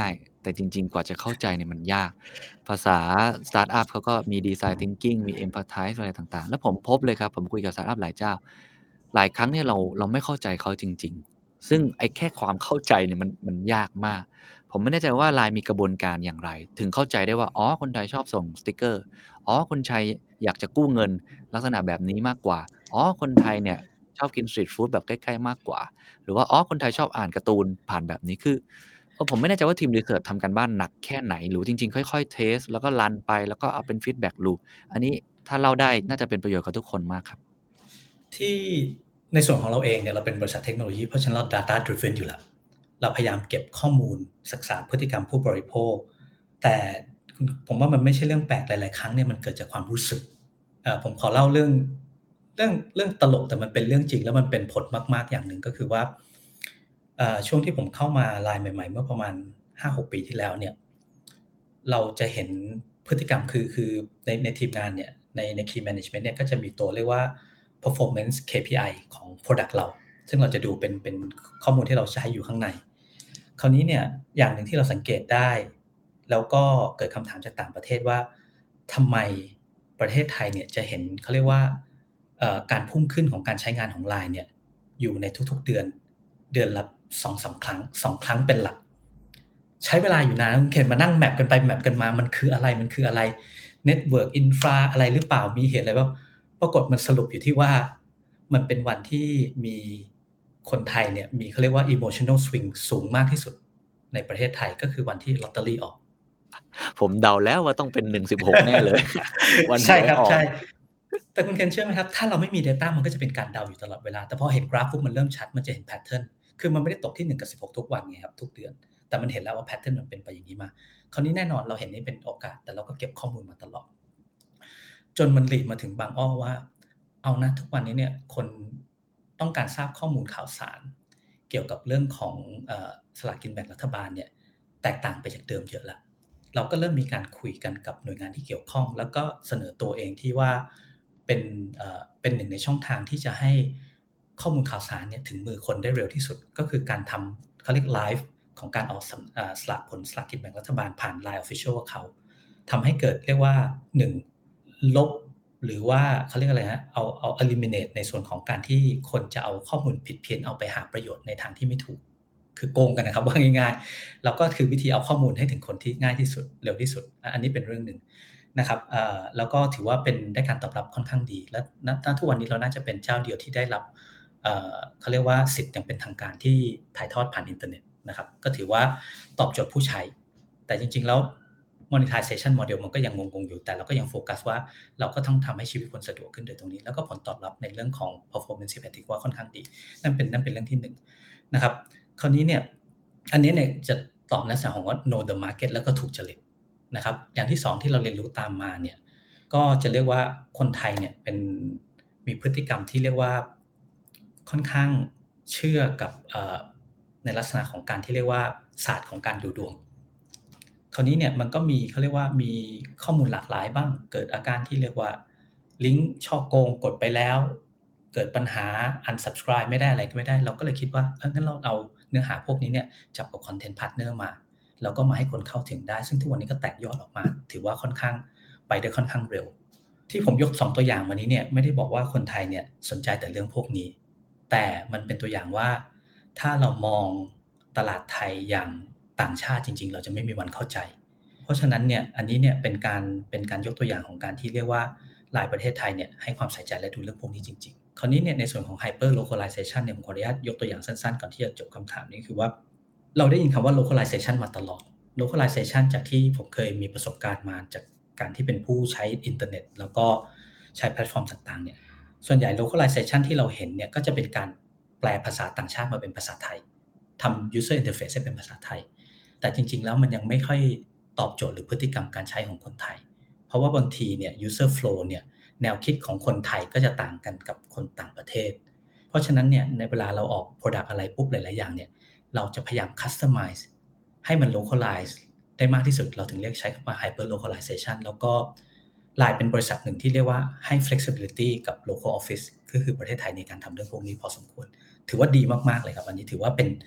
แต่จริง ๆ กว่าจะเข้าใจเนี่ยมันยากภาษาสตาร์ตอัปเขาก็มี Design Thinking มี Empathize อะไรต่างๆแล้วผมพบเลยครับผมคุยกับสตาร์ตอัปหลายเจ้าหลายครั้งเนี่ยเราเราไม่เข้าใจเขาจริงๆซึ่งไอ้แค่ความเข้าใจเนี่ยมันมันยากมากผมไม่แน่ใจว่า ไลน์ มีกระบวนการอย่างไรถึงเข้าใจได้ว่าอ๋อคนไทยชอบส่งสติกเกอร์อ๋อคนไทยอยากจะกู้เงินลักษณะแบบนี้มากกว่าอ๋อคนไทยเนี่ยชอบกินสตรีทฟู้ดแบบใกล้ๆมากกว่าหรือว่าอ๋อคนไทยชอบอ่านการ์ตูนผ่านแบบนี้คือเออผมไม่แน่ใจว่าทีม research ทำการบ้านหนักแค่ไหนหรือจริงๆค่อยๆเทสต์แล้วก็รันไปแล้วก็เอาเป็น feedback loop อันนี้ถ้าเล่าได้น่าจะเป็นประโยชน์กับทุกคนมากครับที่ในส่วนของเราเองเนี่ยเราเป็นบริษัทเทคโนโลยีเพราะฉะนั้นเรา data driven อยู่แล้วเราพยายามเก็บข้อมูลศึกษาพฤติกรรมผู้บริโภคแต่ผมว่ามันไม่ใช่เรื่องแปลกหลายๆครั้งเนี่ยมันเกิดจากความรู้สึกเอ่อผมขอเล่าเรื่องเรื่องเรื่องตลกแต่มันเป็นเรื่องจริงแล้วมันเป็นผลมากๆอย่างหนึ่งก็คือว่าเอ่อช่วงที่ผมเข้ามา ไลน์ ใหม่ๆเมื่อประมาณ ห้าหก ปีที่แล้วเนี่ยเราจะเห็นพฤติกรรมคือคือในในทีมงานเนี่ยในใน Key Management เนี่ยก็จะมีตัวเรียกว่า performance เค พี ไอ ของ product เราซึ่งเราจะดูเป็นเป็นข้อมูลที่เราใช้อยู่ข้างในคราวนี้เนี่ยอย่างหนึ่งที่เราสังเกตได้แล้วก็เกิดคำถามจากต่างประเทศว่าทำไมประเทศไทยเนี่ยจะเห็นเขาเรียกว่าเอ่อการพุ่งขึ้นของการใช้งานของ ไลน์ เนี่ยอยู่ในทุกๆเดือนเดือนละ สองถึงสาม ครั้งสองครั้งเป็นหลักใช้เวลาอยู่นานคุณเคนมานั่งแมปกันไปแมปกันมามันคืออะไรมันคืออะไร Network Infra อะไรหรือเปล่ามีเหตุอะไรบ้างปรากฏมันสรุปอยู่ที่ว่ามันเป็นวันที่มีคนไทยเนี่ยมีเขาเรียกว่า emotional swing สูงมากที่สุดในประเทศไทยก็คือวันที่ลอตเตอรี่ออกผมเดาแล้วว่าต้องเป็นหนึ่ง สิบหกแน่เลย วันหใช่วยครับออกใช่แต่คุณเคนเชื่อไหมครับถ้าเราไม่มี data มันก็จะเป็นการเดาอยู่ตลอดเวลาแต่พอเห็นกราฟปุ๊บมันเริ่มชัดมันจะเห็น pattern คือมันไม่ได้ตกที่หนึ่งกับสิบหกทุกวันไงครับทุกเดือนแต่มันเห็นแล้วว่า pattern มันเป็นไปอย่างนี้มาคราวนี้แน่นอนเราเห็นนี่เป็นโอกาสแต่เราก็เก็บข้อมูลมาตลอดจนมันหลีดมาถึงบางอ้อว่าเอานะทุกวันนี้เนี่ยคนต้องการทราบข้อมูลข่าวสารเกี่ยวกับเรื่องของเอ่อสลากกินแบ่งรัฐบาลเนี่ยแตกต่างไปจากเดิมเยอะแล้วเราก็เริ่มมีการคุยกันกับหน่วยงานที่เกี่ยวข้องแล้วก็เสนอตัวเองที่ว่าเป็นเอ่อเป็นหนึ่งในช่องทางที่จะให้ข้อมูลข่าวสารเนี่ยถึงมือคนได้เร็วที่สุดก็คือการทำเขาเรียกไลฟ์ของการออกสลากผลสลากกินแบ่งรัฐบาลผ่าน ไลน์ Official Account ทำให้เกิดเรียกว่าหนึ่งลบหรือว่าเขาเรียกอะไรฮะเอาเอา eliminate ในส่วนของการที่คนจะเอาข้อมูลผิดเพี้ยนเอาไปหาประโยชน์ในทางที่ไม่ถูกคือโกงกันนะครับว่าง่ายๆแล้วก็คือวิธีเอาข้อมูลให้ถึงคนที่ง่ายที่สุดเร็วที่สุดอันนี้เป็นเรื่องหนึ่งนะครับเอ่อแล้วก็ถือว่าเป็นได้การตอบรับค่อนข้างดีและณทุกวันนี้เราน่าจะเป็นเจ้าเดียวที่ได้รับเอ่อเขาเรียกว่าสิทธิ์อย่างเป็นทางการที่ถ่ายทอดผ่านอินเทอร์เน็ตนะครับก็ถือว่าตอบโจทย์ผู้ใช้แต่จริงๆแล้ว monetization model มันก็ยังงงๆอยู่แต่เราก็ยังโฟกัสว่าเราก็ต้องทำให้ชีวิตคนสะดวกขึ้นโดยตรงนี้แล้วก็ผลตอบรับในเรื่องของ performance ถือว่าค่อนข้างดีนั่นเป็นนั่นเป็นเรื่องที่หนึ่งนะครับคราวนี้เนี่ยอันนี้เนี่ยจะตอบในลักษณะของว่า know the market แล้วก็ถูกจริตนะครับอย่างที่สองที่เราเรียนรู้ตามมาเนี่ยก็จะเรียกว่าคนไทยเนี่ยเป็นมีพฤติกรรมที่เรียกว่าค่อนข้างเชื่อกับในลักษณะของการที่เรียกว่าศาสตร์ของการดูดวงคราวนี้เนี่ยมันก็มีเขาเรียกว่ามีข้อมูลหลากหลายบ้างเกิดอาการที่เรียกว่าลิงก์ช่อโกงกดไปแล้วเกิดปัญหา unsubscribe ไม่ได้อะไรก็ไม่ได้เราก็เลยคิดว่าเอองั้นเราเอาเนื้อหาพวกนี้เนี่ยจับกับ content partner มาแล้วก็มาให้คนเข้าถึงได้ซึ่งทุกวันนี้ก็แตกยอดออกมาถือว่าค่อนข้างไปได้ค่อนข้างเร็วที่ผมยกสองตัวอย่างมานี้เนี่ยไม่ได้บอกว่าคนไทยเนี่ยสนใจแต่เรื่องพวกนี้แต่มันเป็นตัวอย่างว่าถ้าเรามองตลาดไทยอย่างต่างชาติจริงๆเราจะไม่มีวันเข้าใจเพราะฉะนั้นเนี่ยอันนี้เนี่ยเป็นการเป็นการยกตัวอย่างของการที่เรียกว่าหลายประเทศไทยเนี่ยให้ความใส่ใจและดูเรื่องพวกนี้จริงๆคราวนี้เนี่ยในส่วนของ hyper localization เนี่ยผมขออนุญาตยกตัวอย่างสั้นๆก่อนที่จะจบคำถามนี้คือว่าเราได้ยินคำว่า localization มาตลอด localization จากที่ผมเคยมีประสบการณ์มาจากการที่เป็นผู้ใช้อินเทอร์เน็ตแล้วก็ใช้แพลตฟอร์มต่างๆเนี่ยส่วนใหญ่ localization ที่เราเห็นเนี่ยก็จะเป็นการแปลภาษาต่างชาติมาเป็นภาษาไทยทำ user interface ให้เป็นภาษาไทยแต่จริงๆแล้วมันยังไม่ค่อยตอบโจทย์หรือพฤติกรรมการใช้ของคนไทยเพราะว่าบางทีเนี่ย user flow เนี่ยแนวคิดของคนไทยก็จะต่างกันกับคนต่างประเทศเพราะฉะนั้นเนี่ยในเวลาเราออก product อะไรปุ๊บหลายๆอย่างเนี่ยเราจะพยายาม customize ให้มัน localize ได้มากที่สุดเราถึงเรียกใช้คำว่า hyper localization แล้วก็ ไลน์ เป็นบริษัทหนึ่งที่เรียกว่าให้ flexibility กับ local office ก็คือประเทศไทยในการทำเรื่องพวกนี้พอสมควรถือว่าดีมากๆเลยครับอันนี้ถือว่าเป็น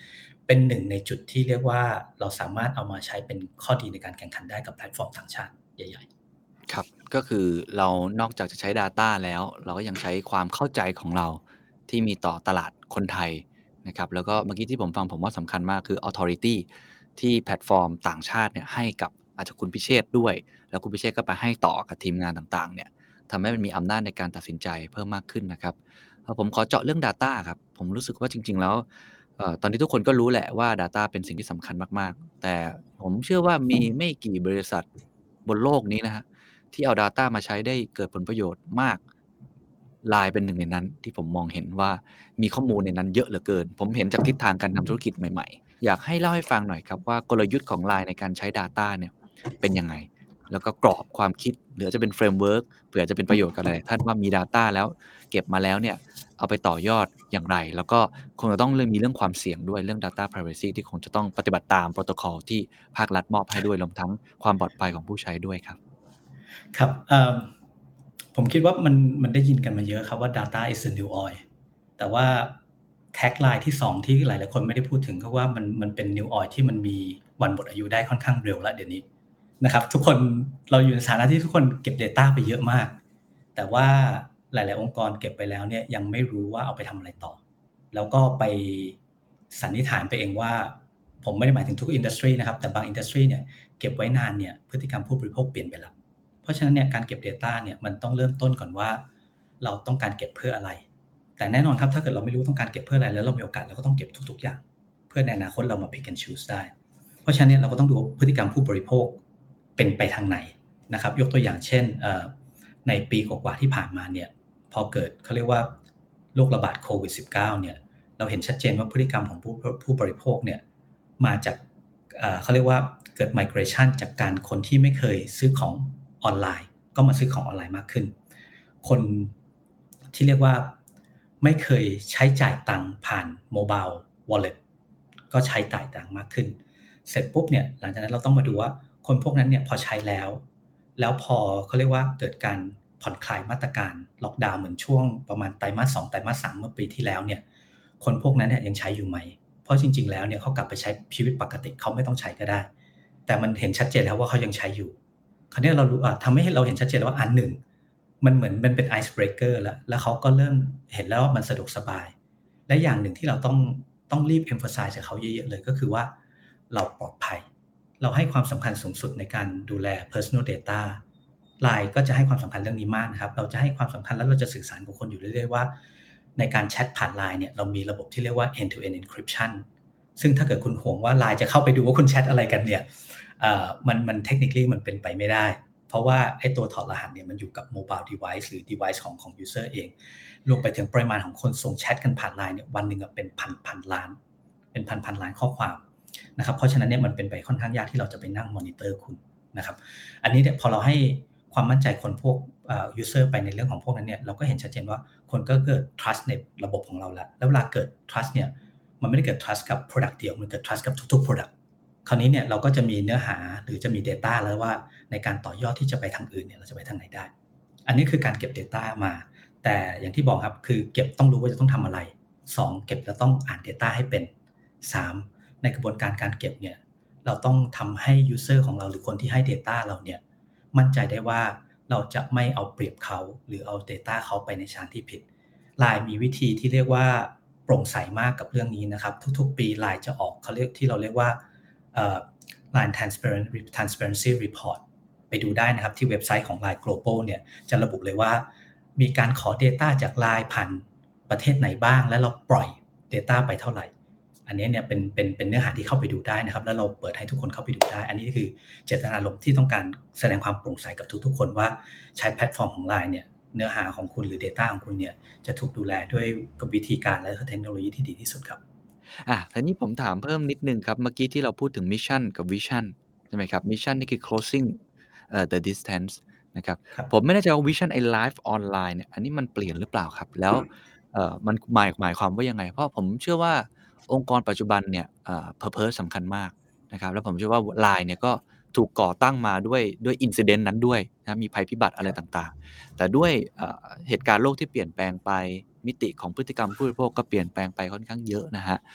เป็นหนึ่งในจุดที่เรียกว่าเราสามารถเอามาใช้เป็นข้อดีในการแข่งขันได้กับแพลตฟอร์มต่างชาติใหญ่ๆครับก็คือเรานอกจากจะใช้ Data แล้วเราก็ยังใช้ความเข้าใจของเราที่มีต่อตลาดคนไทยนะครับแล้วก็เมื่อกี้ที่ผมฟังผมว่าสำคัญมากคือ Authority ที่แพลตฟอร์มต่างชาติเนี่ยให้กับอาจจะคุณพิเชษฐ์ด้วยแล้วคุณพิเชษฐ์ก็ไปให้ต่อกับทีมงานต่างๆเนี่ยทำให้มันมีอำนาจในการตัดสินใจเพิ่มมากขึ้นนะครับเอ่อผมขอเจาะเรื่อง Data ครับผมรู้สึกว่าจริงๆแล้วเอ่อตอนนี้ทุกคนก็รู้แหละว่า Data เป็นสิ่งที่สำคัญมากๆแต่ผมเชื่อว่ามีไม่กี่บริษัทบนโลกนี้นะครับที่เอา Data มาใช้ได้เกิดผลประโยชน์มาก ไลน์ เป็นหนึ่งในนั้นที่ผมมองเห็นว่ามีข้อมูลในนั้นเยอะเหลือเกินผมเห็นจากทิศทางการทำธุรกิจใหม่ๆอยากให้เล่าให้ฟังหน่อยครับว่ากลยุทธ์ของ ไลน์ ในการใช้ Data เนี่ยเป็นยังไงแล้วก็กรอบความคิดหรืออาจจะเป็นเฟรมเวิร์กเผื่อจะเป็นประโยชน์กับหลายๆท่านว่ามี Data แล้วเก็บมาแล้วเนี่ยเอาไปต่อยอดอย่างไรแล้วก็คงจะต้องเรื่องมีเรื่องความเสี่ยงด้วยเรื่อง Data Privacy ที่คงจะต้องปฏิบัติตามโปรโตคอลที่ภาครัฐมอบให้ด้วยรวมทั้งความปลอดภัยของผู้ใช้ด้วยครับครับเอ่อผมคิดว่ามันมันได้ยินกันมาเยอะครับว่า data is the new oil แต่ว่าแท็กไลน์ที่สองที่หลายๆคนไม่ได้พูดถึงก็ว่ามันมันเป็น new oil ที่มันมีวันหมดอายุได้ค่อนข้างเร็วแล้วเดี๋ยวนี้นะครับทุกคนเราอยู่ในสถานะที่ทุกคนเก็บ data ไปเยอะมากแต่ว่าหลายๆองค์กรเก็บไปแล้วเนี่ยยังไม่รู้ว่าเอาไปทำอะไรต่อแล้วก็ไปสันนิษฐานไปเองว่าผมไม่ได้หมายถึงทุกอินดัสทรีนะครับแต่บางอินดัสทรีเนี่ยเก็บไว้นานเนี่ยพฤติกรรมผู้บริโภคเปลี่ยนไปแล้วเพราะฉะนั้นเนี่ยการเก็บ data เนี่ยมันต้องเริ่มต้นก่อนว่าเราต้องการเก็บเพื่ออะไรแต่แน่นอนครับถ้าเกิดเราไม่รู้ต้องการเก็บเพื่ออะไรแล้วเรามีโอกาสเราก็ต้องเก็บทุกๆอย่างเพื่อในอนาคตเรามา pick and choose ได้เพราะฉะนั้นเนี่ยเราก็ต้องดูพฤติกรรมผู้บริโภคเป็นไปทางไหนนะครับยกตัวอย่างเช่นในปีกว่าๆที่ผ่านมาเนี่ยพอเกิดเขาเรียกว่าโรคระบาดโควิด สิบเก้า เนี่ยเราเห็นชัดเจนว่าพฤติกรรมของผู้ผู้บริโภคเนี่ยมาจากเขาเรียกว่าเกิด migration จากการคนที่ไม่เคยซื้อของออนไลน์ก็มาซื้อของออนไลน์มากขึ้นคนที่เรียกว่าไม่เคยใช้จ่ายตังค์ผ่าน mobile wallet ก็ใช้จ่ายตังค์มากขึ้นเสร็จปุ๊บเนี่ยหลังจากนั้นเราต้องมาดูว่าคนพวกนั้นเนี่ยพอใช้แล้วแล้วพอเขาเรียกว่าเกิดการผ่อนคลายมาตรการล็อกดาวน์เหมือนช่วงประมาณไตรมาสสองไตรมาสสามเมื่อปีที่แล้วเนี่ยคนพวกนั้นเนี่ยยังใช้อยู่ไหมเพราะจริงๆแล้วเนี่ยเขากลับไปใช้ชีวิตปกติเขาไม่ต้องใช้ก็ได้แต่มันเห็นชัดเจนแล้วว่าเขายังใช้อยู่คราวนี้เรารู้อ่ะทำให้เราเห็นชัดเจนแล้วว่าอันหนึ่งมันเหมือนมันเป็น ice breaker แล้วแล้วเขาก็เริ่มเห็นแล้วว่ามันสะดวกสบายและอย่างหนึ่งที่เราต้องต้องรีบ emphasize กับเขาเยอะๆเลยก็คือว่าเราปลอดภัยเราให้ความสำคัญสูงสุดในการดูแล personal data ไลน์ ก็จะให้ความสำคัญเรื่องนี้มากนะครับเราจะให้ความสำคัญแล้วเราจะสื่อสารกับคนอยู่เรื่อยๆว่าในการแชทผ่าน ไลน์ เนี่ยเรามีระบบที่เรียกว่า end to end encryption ซึ่งถ้าเกิดคุณห่วงว่า ไลน์ จะเข้าไปดูว่าคุณแชทอะไรกันเนี่ยเอ่อมันมัน technically มันเป็นไปไม่ได้เพราะว่าไอ้ตัวถอดรหัสเนี่ยมันอยู่กับ mobile device หรือ device ของของ user เองรวมไปถึงปริมาณของคนส่งแชทกันผ่าน ไลน์ เนี่ยวันนึงเป็นพันๆล้านเป็นพันๆล้านข้อความนะครับเพราะฉะนั้นเนี่ยมันเป็นไปค่อนข้างยากที่เราจะไปนั่งมอนิเตอร์คุณนะครับอันนี้เนี่ยพอเราให้ความมั่นใจคนพวกเอ่อ user ไปในเรื่องของพวกนั้นเนี่ยเราก็เห็นชัดเจนว่าคนก็เกิด trust ในระบบของเราแล้วแล้วเวลาเกิด trust เนี่ยมันไม่ได้เกิด trust กับ product เดียวมันเกิด trust กับทุกๆ product คราวนี้เนี่ยเราก็จะมีเนื้อหาหรือจะมี data แล้วว่าในการต่อยอดที่จะไปทางอื่นเนี่ยเราจะไปทางไหนได้อันนี้คือการเก็บ data มาแต่อย่างที่บอกครับคือเก็บต้องรู้ว่าจะต้องทำอะไรสองเก็บแล้วต้องอ่าน data ให้เป็นสามในกระบวนการการเก็บเนี่ยเราต้องทำให้ user ของเราหรือคนที่ให้ data เราเนี่ยมั่นใจได้ว่าเราจะไม่เอาเปรียบเขาหรือเอา data เขาไปในทางที่ผิด ไลน์ มีวิธีที่เรียกว่าโปร่งใสมากกับเรื่องนี้นะครับทุกๆปี ไลน์ จะออกเขาเรียกที่เราเรียกว่าเอ่อ ไลน์ Transparency Report ไปดูได้นะครับที่เว็บไซต์ของ ไลน์ Global เนี่ยจะระบุเลยว่ามีการขอ data จาก ไลน์ ผ่านประเทศไหนบ้างและเราปล่อย data ไปเท่าไหร่อันนี้เนี่ยเป็นเป็นเป็นเนื้อหาที่เข้าไปดูได้นะครับแล้วเราเปิดให้ทุกคนเข้าไปดูได้อันนี้คือเจตนารมณ์ที่ต้องการแสดงความโปร่งใสกับทุกๆคนว่าใช้แพลตฟอร์มของ ไลน์ เนี่ยเนื้อหาของคุณหรือ data ของคุณเนี่ยจะถูกดูแลด้วยกับวิธีการและเทคโนโลยีที่ดีที่สุดครับอ่ะทีนี้ผมถามเพิ่มนิดนึงครับเมื่อกี้ที่เราพูดถึงมิชชั่นกับวิชั่นใช่ไหมครับมิชชั่นนี่คือ closing เอ่อ the distance นะครับผมไม่แน่ใจว่าวิชั่นไอ้ live online เนี่ยอันนี้มันเปลี่ยนหรือเปล่าครับแล้วเอ่อมันหมายหมายความว่ายังไงเพราะผมเชื่อว่าองค์กรปัจจุบันเนี่ยเอ่อ purpose สำคัญมากนะครับแล้วผมเชื่อว่า ไลน์ เนี่ยก็ถูกก่อตั้งมาด้วยด้วย incident นั้นด้วยนะมีภัยพิบัติอะไรต่างๆแต่ด้วยเอ่อเหตุการณ์โลกที่เปลี่ยนแปลงไปมิติของพฤติกรรมผู้บริโภคก็เปลี่ยนแปลงไปค่อนข้างเยอะนะฮะ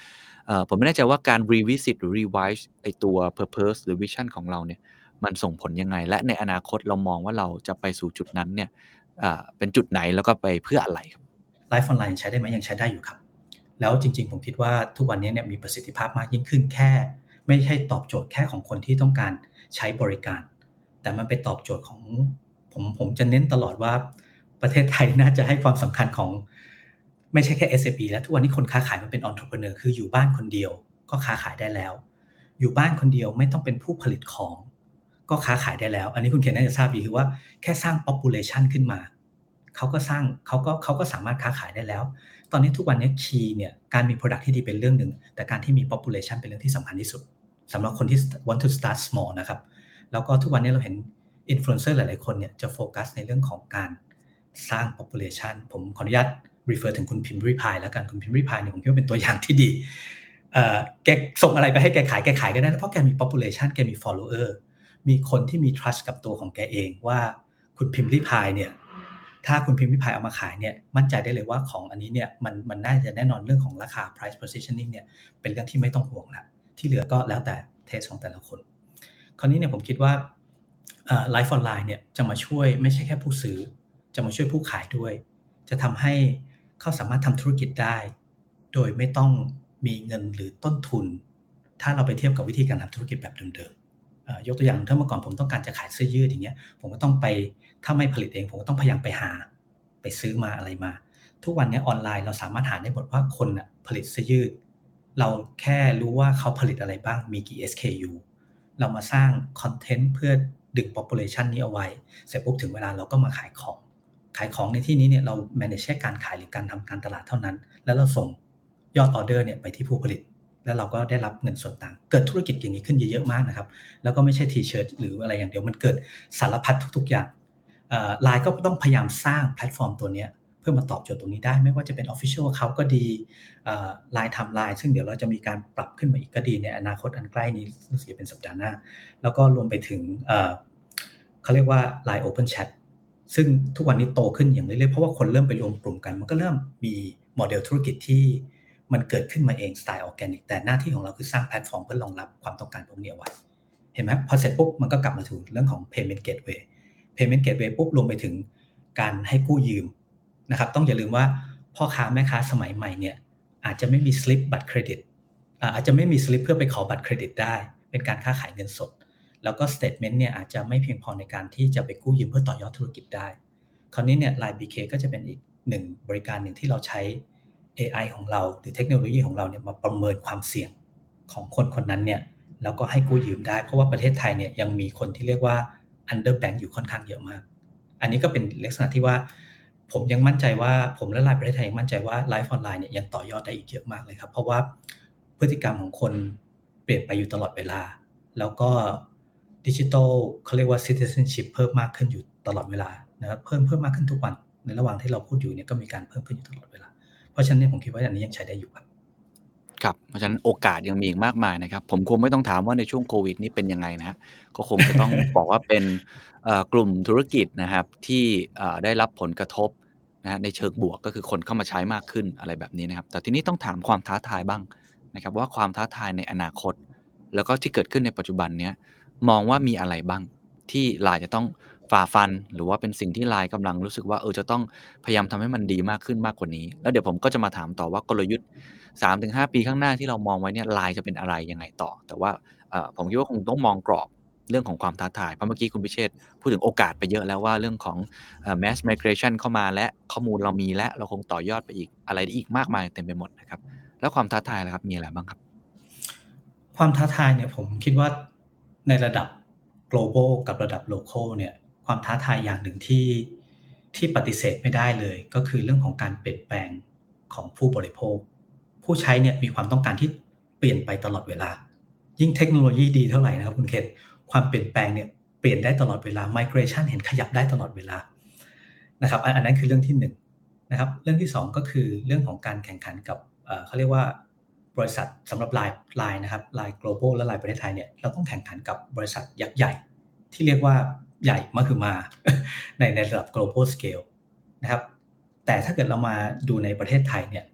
เอ่อผมไม่แน่ใจว่าการ revisit หรือ revise ไอ้ตัว purpose หรือ vision ของเราเนี่ยมันส่งผลยังไงและในอนาคตเรามองว่าเราจะไปสู่จุดนั้นเนี่ยอ่าเป็นจุดไหนแล้วก็ไปเพื่ออะไรครับไลฟ์ออนไลน์ยังใช้ได้ไหมยังใช้ได้อยู่ครับแล้วจริงๆผมคิดว่าทุกวันนี้เนี่ยมีประสิทธิภาพมากยิ่งขึ้นแค่ไม่ใช่ตอบโจทย์แค่ของคนที่ต้องการใช้บริการแต่มันไปตอบโจทย์ของผมผมจะเน้นตลอดว่าประเทศไทยน่าจะให้ความสำคัญของไม่ใช่แค่ เอส เอ็ม อี แล้วทุกวันนี้คนค้าขายมันเป็น entrepreneur คืออยู่บ้านคนเดียวก็ค้าขายได้แล้วอยู่บ้านคนเดียวไม่ต้องเป็นผู้ผลิตของก็ค้าขายได้แล้วอันนี้คุณเคนน่าจะทราบดีคือว่าแค่สร้าง population ขึ้นมาเขาก็สร้างเขาก็เขาก็สามารถค้าขายได้แล้วตอนนี้ทุกวันนี้ key เนี่ยการมี product ที่ดีเป็นเรื่องหนึ่งแต่การที่มี population เป็นเรื่องที่สำคัญที่สุดสำหรับคนที่ want to start small นะครับแล้วก็ทุกวันนี้เราเห็น influencer หลายๆคนเนี่ยจะโฟกัสในเรื่องของการสร้าง population ผมขออนุญาต refer ถึงคุณพิมพ์ริพายแล้วกันคุณพิมพ์ริพายเนี่ยผมคิดว่าเป็นตัวอย่างที่ดีเอ่อแกส่งอะไรไปให้แกขายแกขายก็ได้เพราะแกมี population แกมี follower มีคนที่มี trust กับตัวของแกเองว่าคุณพิมพ์ริพายเนี่ยถ้าคุณพิมพ์ริพายเอามาขายเนี่ยมั่นใจได้เลยว่าของอันนี้เนี่ยมันมันน่าจะแน่นอนเรื่องของราคา price positioning เนี่ยเป็นเรื่องที่ไม่ต้องห่วงแล้วที่เหลือก็แล้วแต่เทสของแต่ละคนคราวนี้เนี่ยผมคิดว่าเอ่อไลฟ์ออนไลน์เนี่ยจะมาช่วยไม่ใช่แค่ผู้ซื้อจะมาช่วยผู้ขายด้วยจะทำให้เขาสามารถทำธุรกิจได้โดยไม่ต้องมีเงินหรือต้นทุนถ้าเราไปเทียบกับวิธีการทำธุรกิจแบบเดิมๆยกตัวอย่างถ้าเมื่อก่อนผมต้องการจะขายเสื้อยืดอย่างเงี้ยผมก็ต้องไปถ้าไม่ผลิตเองผมก็ต้องพยายามไปหาไปซื้อมาอะไรมาทุกวันนี้ออนไลน์เราสามารถหาได้หมดว่าคนน่ะผลิตเสื้อยืดเราแค่รู้ว่าเขาผลิตอะไรบ้างมีกี่ เอส เค ยู เรามาสร้างคอนเทนต์เพื่อดึง population นี้เอาไว้เสร็จปุ๊บถึงเวลาเราก็มาขายของขายของในที่นี้เนี่ยเรา manage แค่การขายหรือการทำการตลาดเท่านั้นแล้วเราส่งยอดออเดอร์เนี่ยไปที่ผู้ผลิตแล้วเราก็ได้รับเงินส่วนต่างเกิดธุรกิจอย่างนี้ขึ้นเยอะๆมากนะครับแล้วก็ไม่ใช่ทีเชิร์ตหรืออะไรอย่างเดียวมันเกิดสารพัดทุกๆอย่างไลน์ก็ต้องพยายามสร้างแพลตฟอร์มตัวนี้เพื่อมาตอบโจทย์ตรงนี้ได้ไม่ว่าจะเป็น Official Account ก็ดีไลน์ทำไลน์ซึ่งเดี๋ยวเราจะมีการปรับขึ้นมาอีกก็ดีในอนาคตอันใกล้นี้รู้สึกจะเป็นสัปดาห์หน้าแล้วก็รวมไปถึงเขาเรียกว่า ไลน์ Open Chat ซึ่งทุกวันนี้โตขึ้นอย่างเรื่อยๆเพราะว่าคนเริ่มไปรวมกลุ่มกันมันก็เริ่มมีโมเดลธุรกิจที่มันเกิดขึ้นมาเองสไตล์ออร์แกนิกแต่หน้าที่ของเราคือสร้างแพลตฟอร์มเพื่อรองรับความต้องการพวกนี้ไว้เห็นไหมพอเสร็จปุ๊บมันก็กลับมาถึงเรื่องของ Payment Gateway Payment Gateway ปุ๊บรวมไปถึงการให้กู้ยืมนะครับต้องอย่าลืมว่าพ่อค้าแม่ค้าสมัยใหม่เนี่ยอาจจะไม่มีสลิปบัตรเครดิตอาจจะไม่มีสลิปเพื่อไปขอบัตรเครดิตได้เป็นการค้าขายเงินสดแล้วก็สเตทเมนต์เนี่ยอาจจะไม่เพียงพอในการที่จะไปกู้ยืมเพื่อต่อยอดธุรกิจได้คราวนี้เนี่ย ไลน์ บี เค ก็จะเป็นอีกหนึ่งบริการหนึ่งที่เราใช้ เอ ไอ ของเราหรือเทคโนโลยีของเราเนี่ยมาประเมินความเสี่ยงของคนคนนั้นเนี่ยแล้วก็ให้กู้ยืมได้เพราะว่าประเทศไทยเนี่ยยังมีคนที่เรียกว่า under bank อยู่ค่อนข้างเยอะมากอันนี้ก็เป็นลักษณะที่ว่าผมยังมั่นใจว่าผมและไลน์ประเทศไทยยังมั่นใจว่าไลฟ์ออนไลน์เนี่ยยังต่อยอดได้อีกเยอะมากเลยครับเพราะว่าพฤติกรรมของคนเปลี่ยนไปอยู่ตลอดเวลาแล้วก็ดิจิทัลเขาเรียกว่า citizenship เพิ่มมากขึ้นอยู่ตลอดเวลานะครับเพิ่มเพิ่มมากขึ้นทุกวันในระหว่างที่เราพูดอยู่เนี่ยก็มีการเพิ่มขึ้นอยู่ตลอดเวลาเพราะฉะนั้นผมคิดว่าอันนี้ยังใช้ได้อยู่ครับครับเพราะฉะนั้นโอกาสยังมีอีกมากมายนะครับผมคงไม่ต้องถามว่าในช่วงโควิดนี้เป็นยังไงนะฮะก็คงจะต้อง บอกว่าเป็นกลุ่มธุรกิจนะครับที่ได้รับผลกระทบนะในเชิงบวกก็คือคนเข้ามาใช้มากขึ้นอะไรแบบนี้นะครับแต่ทีนี้ต้องถามความท้าทายบ้างนะครับว่าความท้าทายในอนาคตแล้วก็ที่เกิดขึ้นในปัจจุบันเนี้ยมองว่ามีอะไรบ้างที่ไลน์จะต้องฝ่าฟันหรือว่าเป็นสิ่งที่ไลน์กำลังรู้สึกว่าเออจะต้องพยายามทำให้มันดีมากขึ้นมากกว่านี้แล้วเดี๋ยวผมก็จะมาถามต่อว่ากลยุทธ์ สามถึงห้า ปีข้างหน้าที่เรามองไว้เนี่ยไลน์จะเป็นอะไรยังไงต่อแต่ว่าเอ่อผมคิดว่าคงต้องมองกรอบเรื่องของความท้าทายเพราะเมื่อกี้คุณพิเชษฐ์พูดถึงโอกาสไปเยอะแล้วว่าเรื่องของเอ่อ mass migration เข้ามาและข้อมูลเรามีและเราคงต่อยอดไปอีกอะไรได้อีกมากมายเต็มไปหมดนะครับแล้วความท้าทายล่ะครับมีอะไรบ้างครับความท้าทายเนี่ยผมคิดว่าในระดับ global กับระดับ local เนี่ยความท้าทายอย่างหนึ่งที่ที่ปฏิเสธไม่ได้เลยก็คือเรื่องของการเปลี่ยนแปลงของผู้บริโภคผู้ใช้เนี่ยมีความต้องการที่เปลี่ยนไปตลอดเวลายิ่งเทคโนโลยีดีเท่าไหร่นะครับคุณเคนความเปลี่ยนแปลงเนี่ยเปลี่ยนได้ตลอดเวลา migration เห็นขยับได้ตลอดเวลานะครับอันนั้นคือเรื่องที่หนึ่งนะครับเรื่องที่สองก็คือเรื่องของการแข่งขันกับเอ่อเขาเรียกว่าบริษัทสำหรับ Line Line นะครับ Line Global และ Line ประเทศไทยเนี่ยเราต้องแข่งขันกับบริษัทยักษ์ใหญ่ที่เรียกว่าใหญ่มากคือมา ในในระดับ global scale นะครับแต่ถ้าเกิดเรามาดูในประเทศไทยเนี่ย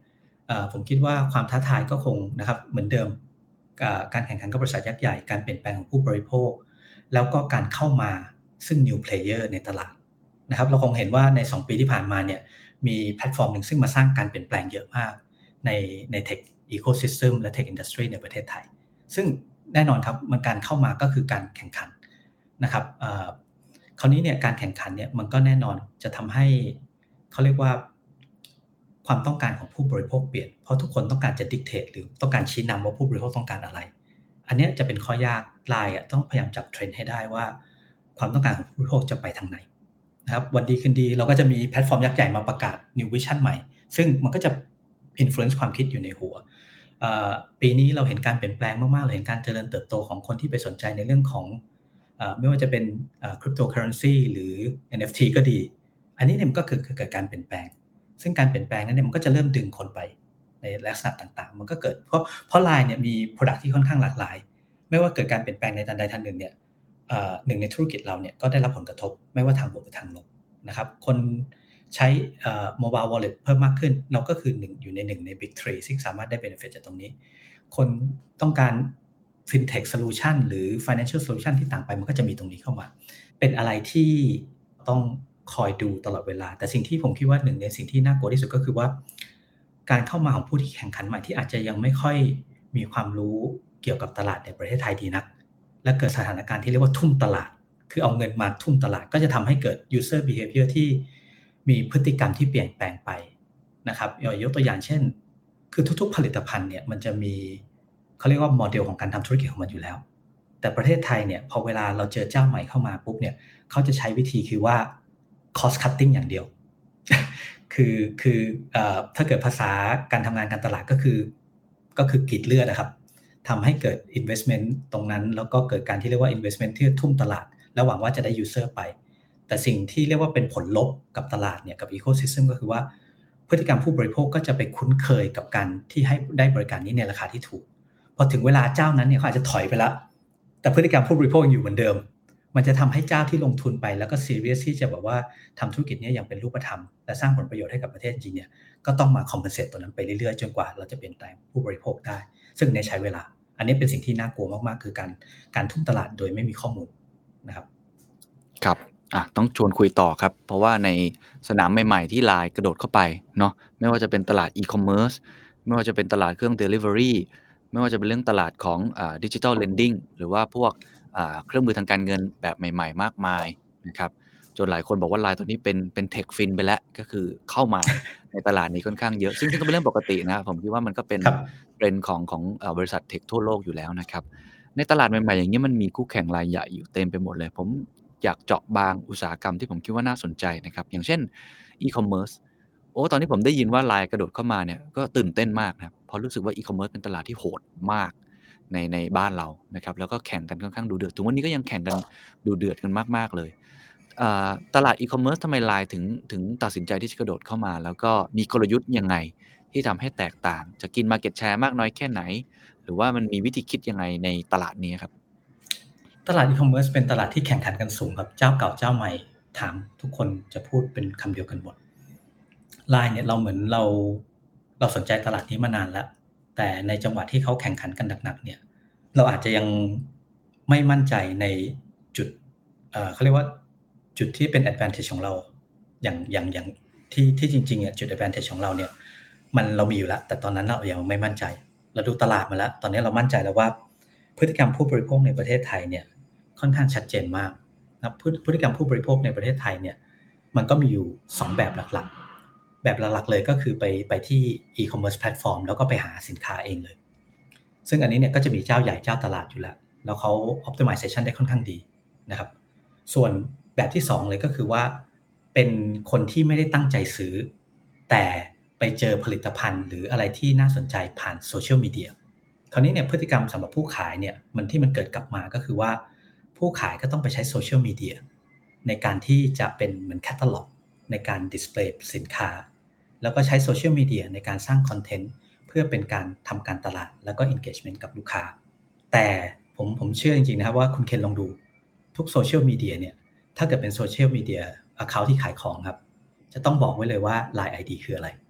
ผมคิดว่าความท้าทายก็คงนะครับเหมือนเดิมการแข่งขันกับบริษัทยักษ์ใหญ่การเปลี่ยนแปลงของผู้บริโภคแล้วก็การเข้ามาซึ่ง new player ในตลาดนะครับเราคงเห็นว่าในสองปีที่ผ่านมาเนี่ยมีแพลตฟอร์มหนึ่งซึ่งมาสร้างการเปลี่ยนแปลงเยอะมากในใน tech ecosystem และ tech industry ในประเทศไทยซึ่งแน่นอนครับมันการเข้ามาก็คือการแข่งขันนะครับคราวนี้เนี่ยการแข่งขันเนี่ยมันก็แน่นอนจะทำให้เขาเรียกว่าความต้องการของผู้บริโภคเปลี่ยนเพราะทุกคนต้องการจะ dictate หรือต้องการชี้นำว่าผู้บริโภคต้องการอะไรอันนี้จะเป็นข้อยากไลน์อ่ะต้องพยายามจับเทรนด์ให้ได้ว่าความต้องการของผู้บริโภคจะไปทางไหนนะครับวันดีคืนดีเราก็จะมีแพลตฟอร์มยักษ์ใหญ่มาประกาศ new vision ใหม่ซึ่งมันก็จะ influence ความคิดอยู่ในหัวปีนี้เราเห็นการเปลี่ยนแปลงมากๆเราเห็นการเจริญเติบโตของคนที่ไปสนใจในเรื่องของไม่ว่าจะเป็น cryptocurrency หรือ เอ็น เอฟ ที ก็ดีอันนี้เนี่ยมันก็คือเกิดการเปลี่ยนแปลงซึ่งการเปลี่ยนแปลงนั้นเนี่ยมันก็จะเริ่มดึงคนไปในลักษณะต่างๆมันก็เกิดเพราะเพราะ ไลน์ เนี่ยมี product ที่ค่อนข้างหลากหลายไม่ว่าเกิดการเปลี่ยนแปลงในทางใดทางหนึ่งเนี่ยหนึ่งในธุรกิจเราเนี่ยก็ได้รับผลกระทบไม่ว่าทางบวกหรือทางลบนะครับคนใช้ mobile wallet เพิ่มมากขึ้นเราก็คือหนึ่งอยู่ในหนึ่งใน big three ซึ่งสามารถได้ benefit จากตรงนี้คนต้องการ fintech solution หรือ financial solution ที่ต่างไปมันก็จะมีตรงนี้เข้ามาเป็นอะไรที่ต้องคอยดูตลอดเวลาแต่สิ่งที่ผมคิดว่าหนึ่งในสิ่งที่น่ากลัวที่สุดก็คือว่าการเข้ามาของผู้ที่แข่งขันใหม่ที่อาจจะยังไม่ค่อยมีความรู้เกี่ยวกับตลาดในประเทศไทยดีนักและเกิดสถานการณ์ที่เรียกว่าทุ่มตลาดคือเอาเงินมาทุ่มตลาดก็จะทำให้เกิด user behavior ที่มีพฤติกรรมที่เปลี่ยนแปลงไปนะครับยกตัวอย่างเช่นคือทุกๆผลิตภัณฑ์เนี่ยมันจะมีเขาเรียกว่าโมเดลของการทำธุรกิจของมันอยู่แล้วแต่ประเทศไทยเนี่ยพอเวลาเราเจอเจ้าใหม่เข้ามาปุ๊บเนี่ยเขาจะใช้วิธีคือว่า cost cutting อย่างเดียว คือคือเอ่อถ้าเกิดภาษาการทำงานการตลาดก็คือก็คือกรีดเลือดนะครับทำให้เกิด investment ตรงนั้นแล้วก็เกิดการที่เรียกว่า investment ที่ทุ่มตลาดแล้วหวังว่าจะได้ user ไปแต่สิ่งที่เรียกว่าเป็นผลลบกับตลาดเนี่ยกับ ecosystem ก็คือว่าพฤติกรรมผู้บริโภคก็จะไปคุ้นเคยกับการที่ให้ได้บริการนี้ในราคาที่ถูกพอถึงเวลาเจ้านั้นเนี่ยเขาอาจจะถอยไปแล้วแต่พฤติกรรมผู้บริโภคอยู่เหมือนเดิมมันจะทำให้เจ้าที่ลงทุนไปแล้วก็ serious ที่จะแบบว่าทำธุรกิจนี้อย่างเป็นรูปธรรมและสร้างผลประโยชน์ให้กับประเทศจริงเนี่ยก็ต้องมา compensate ตัวนั้นไปเรื่อยๆจนกว่าเราจะเปลี่ยนแปลงผู้บริโภคได้ซึ่งในใช้เวลาอันนี้เป็นสิ่งที่น่ากลัวมากๆคือการการทุ่มตลาดโดยไม่มีข้อมูลนะครับครับอ่ะต้องชวนคุยต่อครับเพราะว่าในสนามใหม่ๆที่ ไลน์ กระโดดเข้าไปเนาะไม่ว่าจะเป็นตลาด e-commerce ไม่ว่าจะเป็นตลาดเครื่อง delivery ไม่ว่าจะเป็นเรื่องตลาดของอ่า digital lending หรือว่าพวกอ่าเครื่องมือทางการเงินแบบใหม่ๆมากมายนะครับจนหลายคนบอกว่า ไลน์ ตัวนี้เป็นเป็น tech fin ไปแล้วก็คือเข้ามาในตลาดนี้ค่อนข้างเยอะซึ่งก็เป็นเรื่องปกตินะผมคิดว่ามันก็เป็นเทรนด์ของของเอ่อบริษัทเทคทั่วโลกอยู่แล้วนะครับในตลาดใหม่ๆอย่างนี้มันมีคู่แข่งรายใหญ่อยู่เต็มไปหมดเลยผมอยากเจาะบางอุตสาหกรรมที่ผมคิดว่าน่าสนใจนะครับอย่างเช่น e-commerce โอ้ตอนนี้ผมได้ยินว่า ไลน์ กระโดดเข้ามาเนี่ยก็ตื่นเต้นมากนะครับเพราะรู้สึกว่า e-commerce เป็นตลาดที่โหดมากในในบ้านเรานะครับแล้วก็แข่งกันค่อนข้างดุเดือดถึงวันนี้ก็ยังแข่งกันดุเดือดกันมากๆเลยอ่าตลาด e-commerce ทำไม ไลน์ ถึงถึงตัดสินใจที่จะกระโดดเข้ามาแล้วก็มีกลยุทธ์ยังไงที่ทำให้แตกต่างจะกิน market share มากน้อยแค่ไหนหรือว่ามันมีวิธีคิดยังไงในตลาดนี้ครับตลาด e-commerce เป็นตลาดที่แข่งขันกันสูงครับเจ้าเก่าเจ้าใหม่ถามทุกคนจะพูดเป็นคำเดียวกันหมด ไลน์ เนี่ยเราเหมือนเราเราสนใจตลาดนี้มานานแล้วแต่ในจังหวะที่เขาแข่งขันกันหนักๆเนี่ยเราอาจจะยังไม่มั่นใจในจุดเอ่อเขาเรียกว่าจุดที่เป็น advantage ของเราอย่างอย่างอย่างที่ที่จริงๆอ่ะจุด advantage ของเราเนี่ยมันเรามีอยู่แล้วแต่ตอนนั้นเรายังไม่มั่นใจเราดูตลาดมาแล้วตอนนี้เรามั่นใจแล้วว่าพฤติกรรมผู้บริโภคในประเทศไทยเนี่ยค่อนข้างชัดเจนมากนะพฤติกรรมผู้บริโภคในประเทศไทยเนี่ยมันก็มีอยู่สองแบบหลักๆแบบหลักๆเลยก็คือไปไปที่ e-commerce platform แล้วก็ไปหาสินค้าเองเลยซึ่งอันนี้เนี่ยก็จะมีเจ้าใหญ่เจ้าตลาดอยู่แล้วแล้วเขา optimization ได้ค่อนข้างดีนะครับส่วนแบบที่สองเลยก็คือว่าเป็นคนที่ไม่ได้ตั้งใจซื้อแต่ไปเจอผลิตภัณฑ์หรืออะไรที่น่าสนใจผ่านโซเชียลมีเดียคราวนี้เนี่ยพฤติกรรมสำหรับผู้ขายเนี่ยมันที่มันเกิดกลับมาก็คือว่าผู้ขายก็ต้องไปใช้โซเชียลมีเดียในการที่จะเป็นเหมือนแคตตาล็อกในการดิสเพลย์สินค้าแล้วก็ใช้โซเชียลมีเดียในการสร้างคอนเทนต์เพื่อเป็นการทำการตลาดแล้วก็ engagement กับลูกค้าแต่ผมผมเชื่อจริงๆนะครับว่าคุณเคนลองดูทุกโซเชียลมีเดียเนี่ยถ้าเกิดเป็นโซเชียลมีเดีย account ที่ขายของครับจะต้องบอกไว้เลยว่า ไลน์ ไอ ดี คืออะไรเพ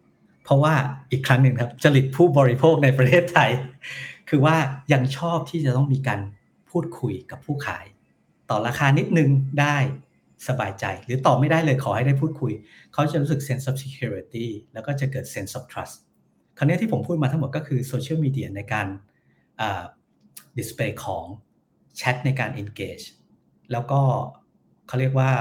เพราะว่าอีกครั้งหนึ่งครับจริตผู้บริโภคในประเทศไทยคือว่ายังชอบที่จะต้องมีการพูดคุยกับผู้ขายต่อราคานิดนึงได้สบายใจหรือต่อไม่ได้เลยขอให้ได้พูดคุยเขาจะรู้สึก sense of security แล้วก็จะเกิด sense of trust คราวนี้ที่ผมพูดมาทั้งหมดก็คือโซเชียลมีเดียในการอ่า display ของแชทในการ engage แล้วก็เขาเรียกว่า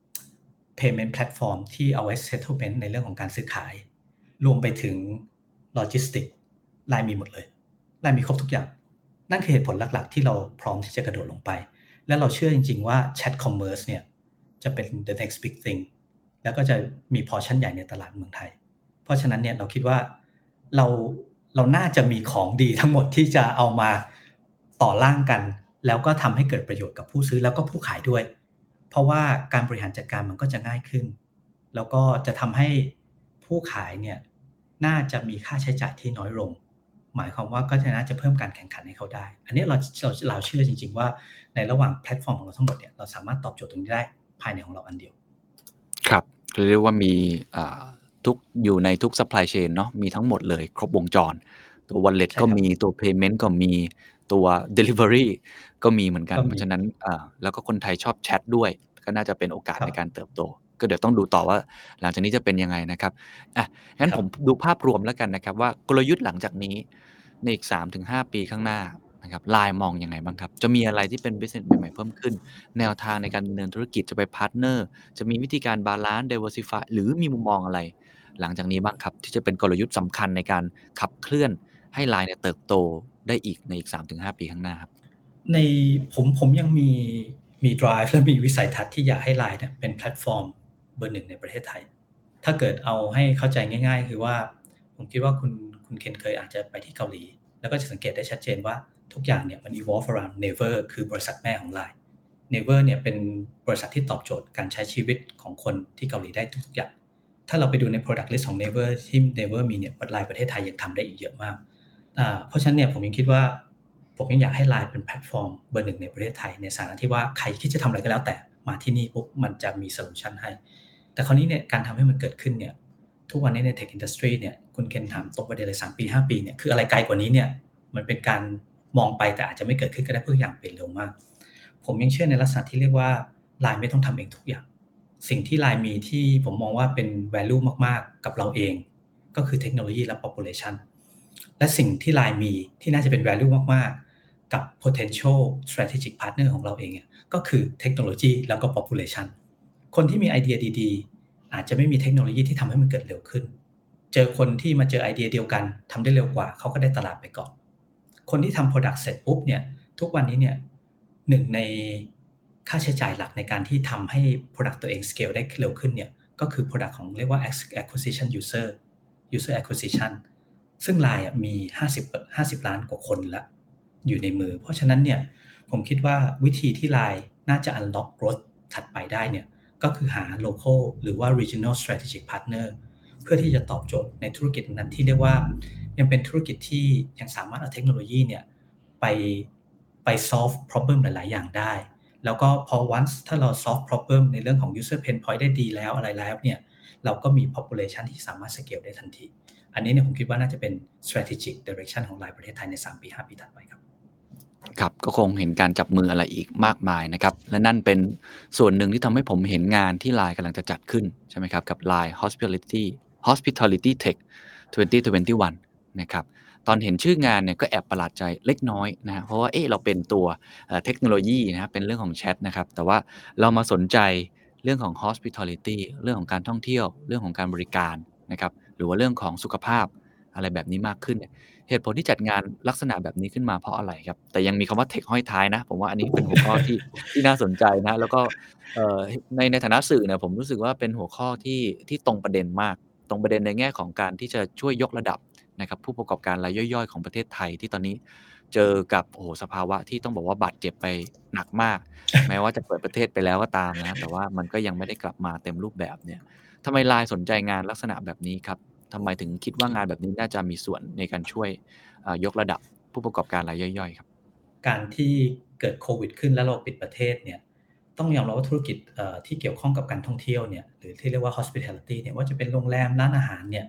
payment platform ที่เอาไว้ settlement ในเรื่องของการซื้อขายรวมไปถึง logistics ไลน์มีหมดเลยไลน์มีครบทุกอย่างนั่นคือเหตุผลหลักๆที่เราพร้อมที่จะกระโดดลงไปและเราเชื่อจริงๆว่า chat commerce เนี่ยจะเป็น the next big thing แล้วก็จะมี portion ใหญ่ในตลาดเมืองไทยเพราะฉะนั้นเนี่ยเราคิดว่าเราเราน่าจะมีของดีทั้งหมดที่จะเอามาต่อร่างกันแล้วก็ทำให้เกิดประโยชน์กับผู้ซื้อแล้วก็ผู้ขายด้วยเพราะว่าการบริหารจัดการมันก็จะง่ายขึ้นแล้วก็จะทำให้ผู้ขายเนี่ยน่าจะมีค่าใช้จ่ายที่น้อยลงหมายความว่าก็จะน่าจะเพิ่มการแข่งขันให้เขาได้อันนี้เราเราเราเชื่อจริงๆว่าในระหว่างแพลตฟอร์มของเราทั้งหมดเนี่ยเราสามารถตอบโจทย์ตรงนี้ได้ภายในของเราอันเดียวครับเรียกว่ามีอ่าทุกอยู่ในทุก supply chain เนาะมีทั้งหมดเลยครบวงจรตัว wallet ก็มีตัว payment ก็มีตัว delivery ก็มีเหมือนกันเพราะฉะนั้นอ่าแล้วก็คนไทยชอบแชทด้วยก็น่าจะเป็นโอกาสในการเติบโตก็เดี๋ยวต้องดูต่อว่าหลังจากนี้จะเป็นยังไงนะครับอ่ะงั้นผมดูภาพรวมแล้วกันนะครับว่ากลยุทธ์หลังจากนี้ในอีก สามถึงห้า ปีข้างหน้านะครับไลน์มองยังไงบ้างครับจะมีอะไรที่เป็น business ใหม่ๆเพิ่มขึ้นแนวทางในการดำเนินธุรกิจจะไปพาร์ทเนอร์จะมีวิธีการบาลานซ์ diversify หรือมีมุมมองอะไรหลังจากนี้บ้างครับที่จะเป็นกลยุทธ์สำคัญในการขับเคลื่อนให้ไลน์เนี่ยเติบโตได้อีกในอีก สามถึงห้า ปีข้างหน้าครับในผมผมยังมีมี drive และมีวิสัยทัศน์ที่อยากให้ไลน์เนี่ยเป็นแพลตฟอร์มเบอร์หนึ่งในประเทศไทยถ้าเกิดเอาให้เข้าใจง่ายๆคือว่าผมคิดว่าคุณคุณเคนเคยอาจจะไปที่เกาหลีแล้วก็จะสังเกตได้ชัดเจนว่าทุกอย่างเนี่ยมัน evolve around Naver คือบริษัทแม่ของ ไลน์ Naver เนี่ยเป็นบริษัทที่ตอบโจทย์การใช้ชีวิตของคนที่เกาหลีได้ทุกๆอย่างถ้าเราไปดูใน product list ของ Naver ที่ Naver มีเนี่ย ไลน์ ประเทศไทยยังทำได้อีกเยอะมากอ่าเพราะฉะนั้นเนี่ยผมยังคิดว่าผมยังอยากให้ ไลน์ เป็นแพลตฟอร์มเบอร์หนึ่งในประเทศไทยในสถานะที่ว่าใครคิดจะทำอะไรก็แล้วแต่มาที่นี่ปุ๊บมันจะมีโซลูชันให้แต่คราวนี้เนี่ยการทำให้มันเกิดขึ้นเนี่ยทุกวันนี้ใน Tech Industry เนี่ยคุณเคนถามตรงประเด็นเลยสามปีห้าปีเนี่ยคืออะไรไกลกว่านี้เนี่ยมันเป็นการมองไปแต่อาจจะไม่เกิดขึ้นก็ได้เพื่ออย่างเปลี่ยนเร็วมากผมยังเชื่อในลักษณะที่เรียกว่า ไลน์ ไม่ต้องทำเองทุกอย่างสิ่งที่ ไลน์ มีที่ผมมองว่าเป็น value มากๆกับเราเองก็คือเทคโนโลยีและ population และสิ่งที่ ไลน์ มีที่น่าจะเป็น value มากๆกับ potential strategic partner ของเราเองก็คือเทคโนโลยีแล้วก็ population คนที่มีไอเดียดีๆอาจจะไม่มีเทคโนโลยีที่ทำให้มันเกิดเร็วขึ้นเจอคนที่มาเจอไอเดียเดียวกันทำได้เร็วกว่าเขาก็ได้ตลาดไปก่อนคนที่ทำ product เสร็จปุ๊บเนี่ยทุกวันนี้เนี่ยหนึ่งในค่าใช้จ่ายหลักในการที่ทำให้ product ตัวเอง scale ได้เร็วขึ้นเนี่ยก็คือ product ของเรียกว่า acquisition user user acquisition ซึ่ง ไลน์ มีห้าสิบ ห้าสิบล้านกว่าคนละอยู่ในมือเพราะฉะนั้นเนี่ยผมคิดว่าวิธีที่ ไลน์ น่าจะ unlock growth ถัดไปได้เนี่ยก็คือหา local หรือว่า regional strategic partner เพื่อที่จะตอบโจทย์ในธุรกิจนั้นที่เรียกว่ายังเป็นธุรกิจที่ยังสามารถเอาเทคโนโลยีเนี่ยไปไป solve problem หลายๆอย่างได้แล้วก็พอ once ถ้าเรา solve problem ในเรื่องของ user pain point ได้ดีแล้วอะไรแล้วเนี่ยเราก็มี population ที่สามารถ scale ได้ทันทีอันนี้เนี่ยผมคิดว่าน่าจะเป็น strategic direction ของ ไลน์ ประเทศไทยในสามปีห้าปีถัดไปครับครับก็คงเห็นการจับมืออะไรอีกมากมายนะครับและนั่นเป็นส่วนหนึ่งที่ทำให้ผมเห็นงานที่ ไลน์ กำลังจะจัดขึ้นใช่ไหมครับกับ ไลน์ Hospitality Hospitality Tech สองพันยี่สิบเอ็ดนะครับตอนเห็นชื่องานเนี่ยก็แอบประหลาดใจเล็กน้อยนะฮะเพราะว่าเอ๊ะเราเป็นตัวเทคโนโลยีนะครับเป็นเรื่องของแชทนะครับแต่ว่าเรามาสนใจเรื่องของ Hospitality เรื่องของการท่องเที่ยวเรื่องของการบริการนะครับหรือว่าเรื่องของสุขภาพอะไรแบบนี้มากขึ้นเนี่ยเหตุผลที่จัดงานลักษณะแบบนี้ขึ้นมาเพราะอะไรครับแต่ยังมีคำว่าเทคห้อยท้ายนะผมว่าอันนี้เป็นหัวข้อที่ที่น่าสนใจนะแล้วก็ในในฐานะสื่อเนี่ยผมรู้สึกว่าเป็นหัวข้อที่ที่ตรงประเด็นมากตรงประเด็นในแง่ของการที่จะช่วยยกระดับนะครับผู้ประกอบการรายย่อยๆของประเทศไทยที่ตอนนี้เจอกับโอ้โหสภาวะที่ต้องบอกว่าบาดเจ็บไปหนักมากแม้ว่าจะเปิดประเทศไปแล้วก็ตามนะแต่ว่ามันก็ยังไม่ได้กลับมาเต็มรูปแบบเนี่ยทำไม ไลน์ สนใจงานลักษณะแบบนี้ครับทำไมถึงคิดว่างานแบบนี้น่าจะมีส่วนในการช่วยยกระดับผู้ประกอบการรายย่อยๆครับการที่เกิดโควิดขึ้นแล้วเราปิดประเทศเนี่ยต้องยอมรับว่าธุรกิจที่เกี่ยวข้องกับการท่องเที่ยวเนี่ยหรือที่เรียกว่า hospitality เนี่ยว่าจะเป็นโรงแรมร้านอาหารเนี่ย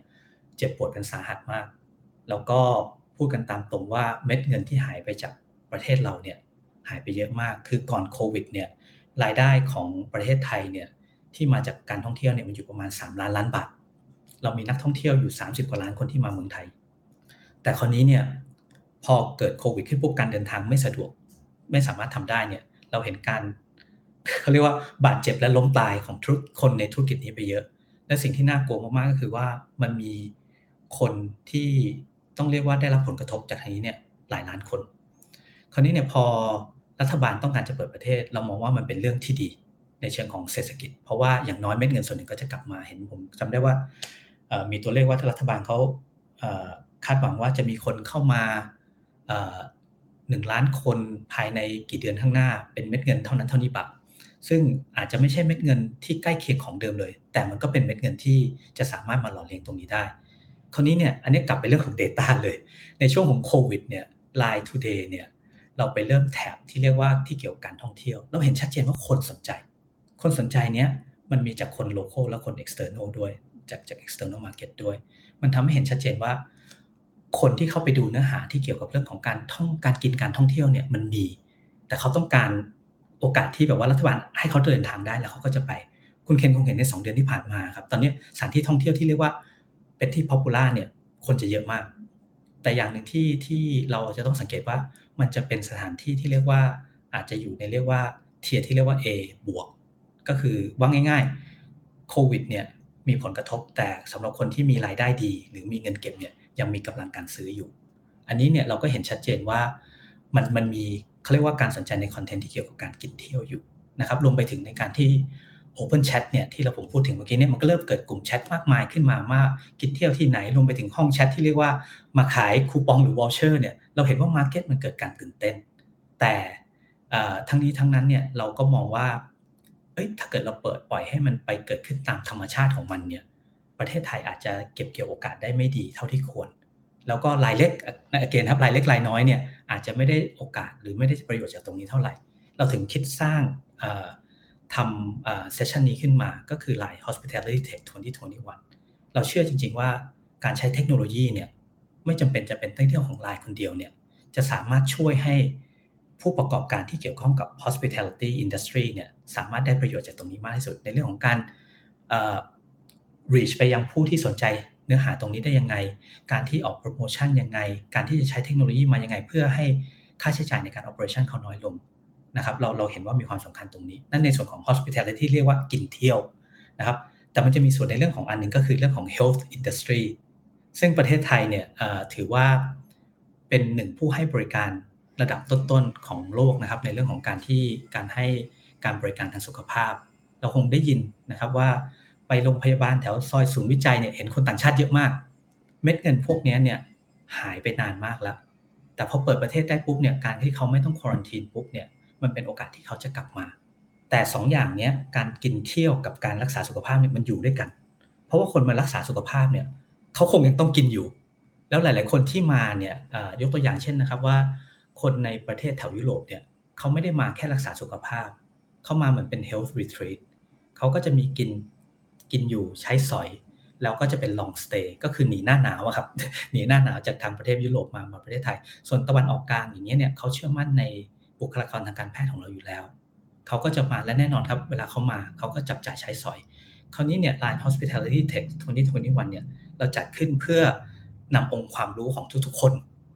เจ็บปวดกันสาหัสมากแล้วก็พูดกันตามตรงว่าเม็ดเงินที่หายไปจากประเทศเราเนี่ยหายไปเยอะมากคือก่อนโควิดเนี่ยรายได้ของประเทศไทยเนี่ยที่มาจากการท่องเที่ยวเนี่ยมันอยู่ประมาณสามล้านล้านบาทเรามีนักท่องเที่ยวอยู่สามสิบกว่าล้านคนที่มาเมืองไทยแต่คราวนี้เนี่ยพอเกิดโควิดขึ้นปุ๊บการเดินทางไม่สะดวกไม่สามารถทำได้เนี่ยเราเห็นการเขาเรียกว่าบาดเจ็บและล้มตายของทุกคนในธุรกิจนี้ไปเยอะและสิ่งที่น่ากลัวมากๆก็คือว่ามันมีคนที่ต้องเรียกว่าได้รับผลกระทบจากทางนี้เนี่ยหลายล้านคนคราวนี้เนี่ยพอรัฐบาลต้องการจะเปิดประเทศเรามองว่ามันเป็นเรื่องที่ดีในเชิงของเศรษฐกิจเพราะว่าอย่างน้อยเม็ดเงินส่วนหนึ่งก็จะกลับมาเห็นผมจำได้ว่ามีตัวเลขว่าถ้ารัฐบาลเขาคาดหวังว่าจะมีคนเข้ามาหนึ่งล้านคนภายในกี่เดือนข้างหน้าเป็นเม็ดเงินเท่านั้นเท่านี้บาทซึ่งอาจจะไม่ใช่เม็ดเงินที่ใกล้เคียงของเดิมเลยแต่มันก็เป็นเม็ดเงินที่จะสามารถมาหล่อเลี้ยงตรงนี้ได้คราวนี้เนี่ยอันนี้กลับไปเรื่องของ data เลยในช่วงของโควิดเนี่ย Line Today เนี่ยเราไปเริ่มแท็บที่เรียกว่าที่เกี่ยวกับการท่องเที่ยวเราเห็นชัดเจนว่าคนสนใจคนสนใจเนี้ยมันมีจากคน local และคน external ด้วยจากจาก external market ด้วยมันทำให้เห็นชัดเจนว่าคนที่เข้าไปดูเนื้อหาที่เกี่ยวกับเรื่องของการท่องการกินการท่องเที่ยวเนี่ยมันมีแต่เขาต้องการโอกาสที่แบบว่ารัฐบาลให้เขาเดินทางได้แล้วเขาก็จะไปคุณเคนคงเห็นในสองเดือนที่ผ่านมาครับตอนนี้สถานที่ท่องเที่ยวที่เรียกว่าเป็นที่ popular เนี่ยคนจะเยอะมากแต่อย่างนึงที่ที่เราจะต้องสังเกตว่ามันจะเป็นสถานที่ที่เรียกว่าอาจจะอยู่ในเรียกว่าเทียร์ที่เรียกว่า A บวกก็คือว่าง่ายๆโควิดเนี่ยมีผลกระทบแต่สำหรับคนที่มีรายได้ดีหรือมีเงินเก็บเนี่ยยังมีกำลังการซื้ออยู่อันนี้เนี่ยเราก็เห็นชัดเจนว่ามันมันมีเขาเรียกว่าการสนใจในคอนเทนต์ที่เกี่ยวกับการกินเที่ยวอยู่นะครับรวมไปถึงในการที่ Open Chat เนี่ยที่เราผมพูดถึงเมื่อกี้เนี่ยมันก็เริ่มเกิดกลุ่มแชทมากมายขึ้นมาว่ากินเที่ยวที่ไหนรวมไปถึงห้องแชทที่เรียกว่ามาขายคูปองหรือวอเชอร์เนี่ยเราเห็นว่ามาร์เก็ตมันเกิดการตื่นเต้นแต่ทั้งนี้ทั้งนั้นเนี่ยเราก็มองว่าเอ้ยถ้าเกิดเราเปิดปล่อยให้มันไปเกิดขึ้นตามธรรมชาติของมันเนี่ยประเทศไทยอาจจะเก็บเกี่ยวโอกาสได้ไม่ดีเท่าที่ควรแล้วก็รายเล็กอเกนครับรายเล็กรายน้อยเนี่ยอาจจะไม่ได้โอกาสหรือไม่ได้ประโยชน์จากตรงนี้เท่าไหร่เราถึงคิดสร้างทำเซสชันนี้ขึ้นมาก็คือ ไลน์ Hospitality Tech สองพันยี่สิบเอ็ดเราเชื่อจริงๆว่าการใช้เทคโนโลยีเนี่ยไม่จำเป็นจะเป็นเรื่องของ ไลน์ คนเดียวเนี่ยจะสามารถช่วยให้ผู้ประกอบการที่เกี่ยวข้องกับ Hospitality Industry เนี่ยสามารถได้ประโยชน์จากตรงนี้มากที่สุดในเรื่องของการเอ่อ reach ไปยังผู้ที่สนใจเนื้อหาตรงนี้ได้ยังไงการที่ออกโปรโมชั่นยังไงการที่จะใช้เทคโนโลยีมายังไงเพื่อให้ค่าใช้จ่ายในการ operation เขาน้อยลงนะครับเราเราเห็นว่ามีความสำคัญตรงนี้นั่นในส่วนของ hospitality เรียกว่ากินเที่ยวนะครับแต่มันจะมีส่วนในเรื่องของอันนึงก็คือเรื่องของ health industry ซึ่งประเทศไทยเนี่ยถือว่าเป็นหนึ่งผู้ให้บริการระดับต้นๆของโลกนะครับในเรื่องของการที่การให้การบริการทางสุขภาพเราคงได้ยินนะครับว่าไปโรงพยาบาลแถวซอยศูนย์วิจัยเนี่ยเห็นคนต่างชาติเยอะมากเม็ดเงินพวกนี้เนี่ยหายไปนานมากแล้วแต่พอเปิดประเทศได้ปุ๊บเนี่ยการที่เขาไม่ต้องควอรันทีนปุ๊บเนี่ยมันเป็นโอกาสที่เขาจะกลับมาแต่สองอย่างเนี้ยการกินเที่ยวกับการรักษาสุขภาพเนี่ยมันอยู่ด้วยกันเพราะว่าคนมารักษาสุขภาพเนี่ยเขาคงยังต้องกินอยู่แล้วหลายๆคนที่มาเนี่ยยกตัวอย่างเช่นนะครับว่าคนในประเทศแถวยุโรปเนี่ยเขาไม่ได้มาแค่รักษาสุขภาพเขามาเหมือนเป็น health retreat เขาก็จะมีกินกินอยู่ใช้สอยแล้วก็จะเป็น long stay ก็คือหนีหน้าหนาวครับหนีหน้าหนาวจากทางประเทศยุโรปมามาประเทศไทยส่วนตะวันออกกลางอย่างเงี้ยเนี่ยเขาเชื่อมั่นในบุคลากรทางการแพทย์ของเราอยู่แล้วเขาก็จะมาและแน่นอนครับเวลาเขามาเขาก็จับจ่ายใช้สอยคราวนี้เนี่ย ไลน์ Hospitality Tech สองพันยี่สิบเอ็ดเนี่ยเราจัดขึ้นเพื่อนำองค์ความรู้ของทุกๆคน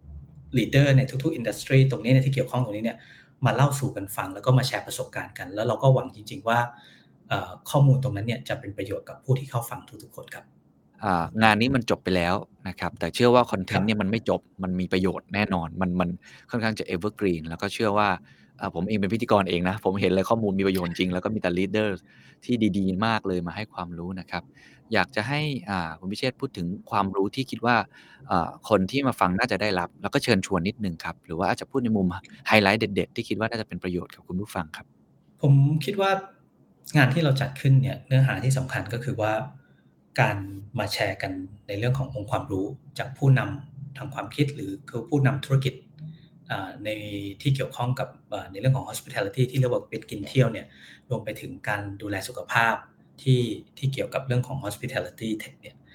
leader ในทุกๆ industry ตรงนี้ในที่เกี่ยวข้องตรงนี้เนี่ยมาเล่าสู่กันฟังแล้วก็มาแชร์ประสบการณ์กันแล้วเราก็หวังจริงๆว่าข้อมูลตรงนั้นเนี่ยจะเป็นประโยชน์กับผู้ที่เข้าฟังทุกๆคนครับงานนี้มันจบไปแล้วนะครับแต่เชื่อว่าคอนเทนต์เนี่ยมันไม่จบมันมีประโยชน์แน่นอนมันมันค่อนข้างจะ evergreen แล้วก็เชื่อว่าผมเองเป็นพิธีกรเองนะผมเห็นเลยข้อมูลมีประโยชน์จริงแล้วก็มีแต่ leader ที่ดีๆมากเลยมาให้ความรู้นะครับอยากจะให้คุณพิเชษฐ์พูดถึงความรู้ที่คิดว่าคนที่มาฟังน่าจะได้รับแล้วก็เชิญชวนนิดนึงครับหรือว่าอาจจะพูดในมุมไฮไลท์เด็ดๆที่คิดว่าน่าจะเป็นประโยชน์กับคุณผู้ฟังครับผมคิดว่างานที่เราจัดขึ้นเนี่ยเนื้อหาที่สำคัญก็คือว่าการมาแชร์กันในเรื่องขององค์ความรู้จากผู้นำทางความคิดหรือคือผู้นำธุรกิจในที่เกี่ยวข้องกับในเรื่องของ hospitality ที่เรียกว่าเป็นกินเที่ยวเนี่ยรวมไปถึงการดูแลสุขภาพที่ที่เกี่ยวกับเรื่องของ hospitality tech เนี่ย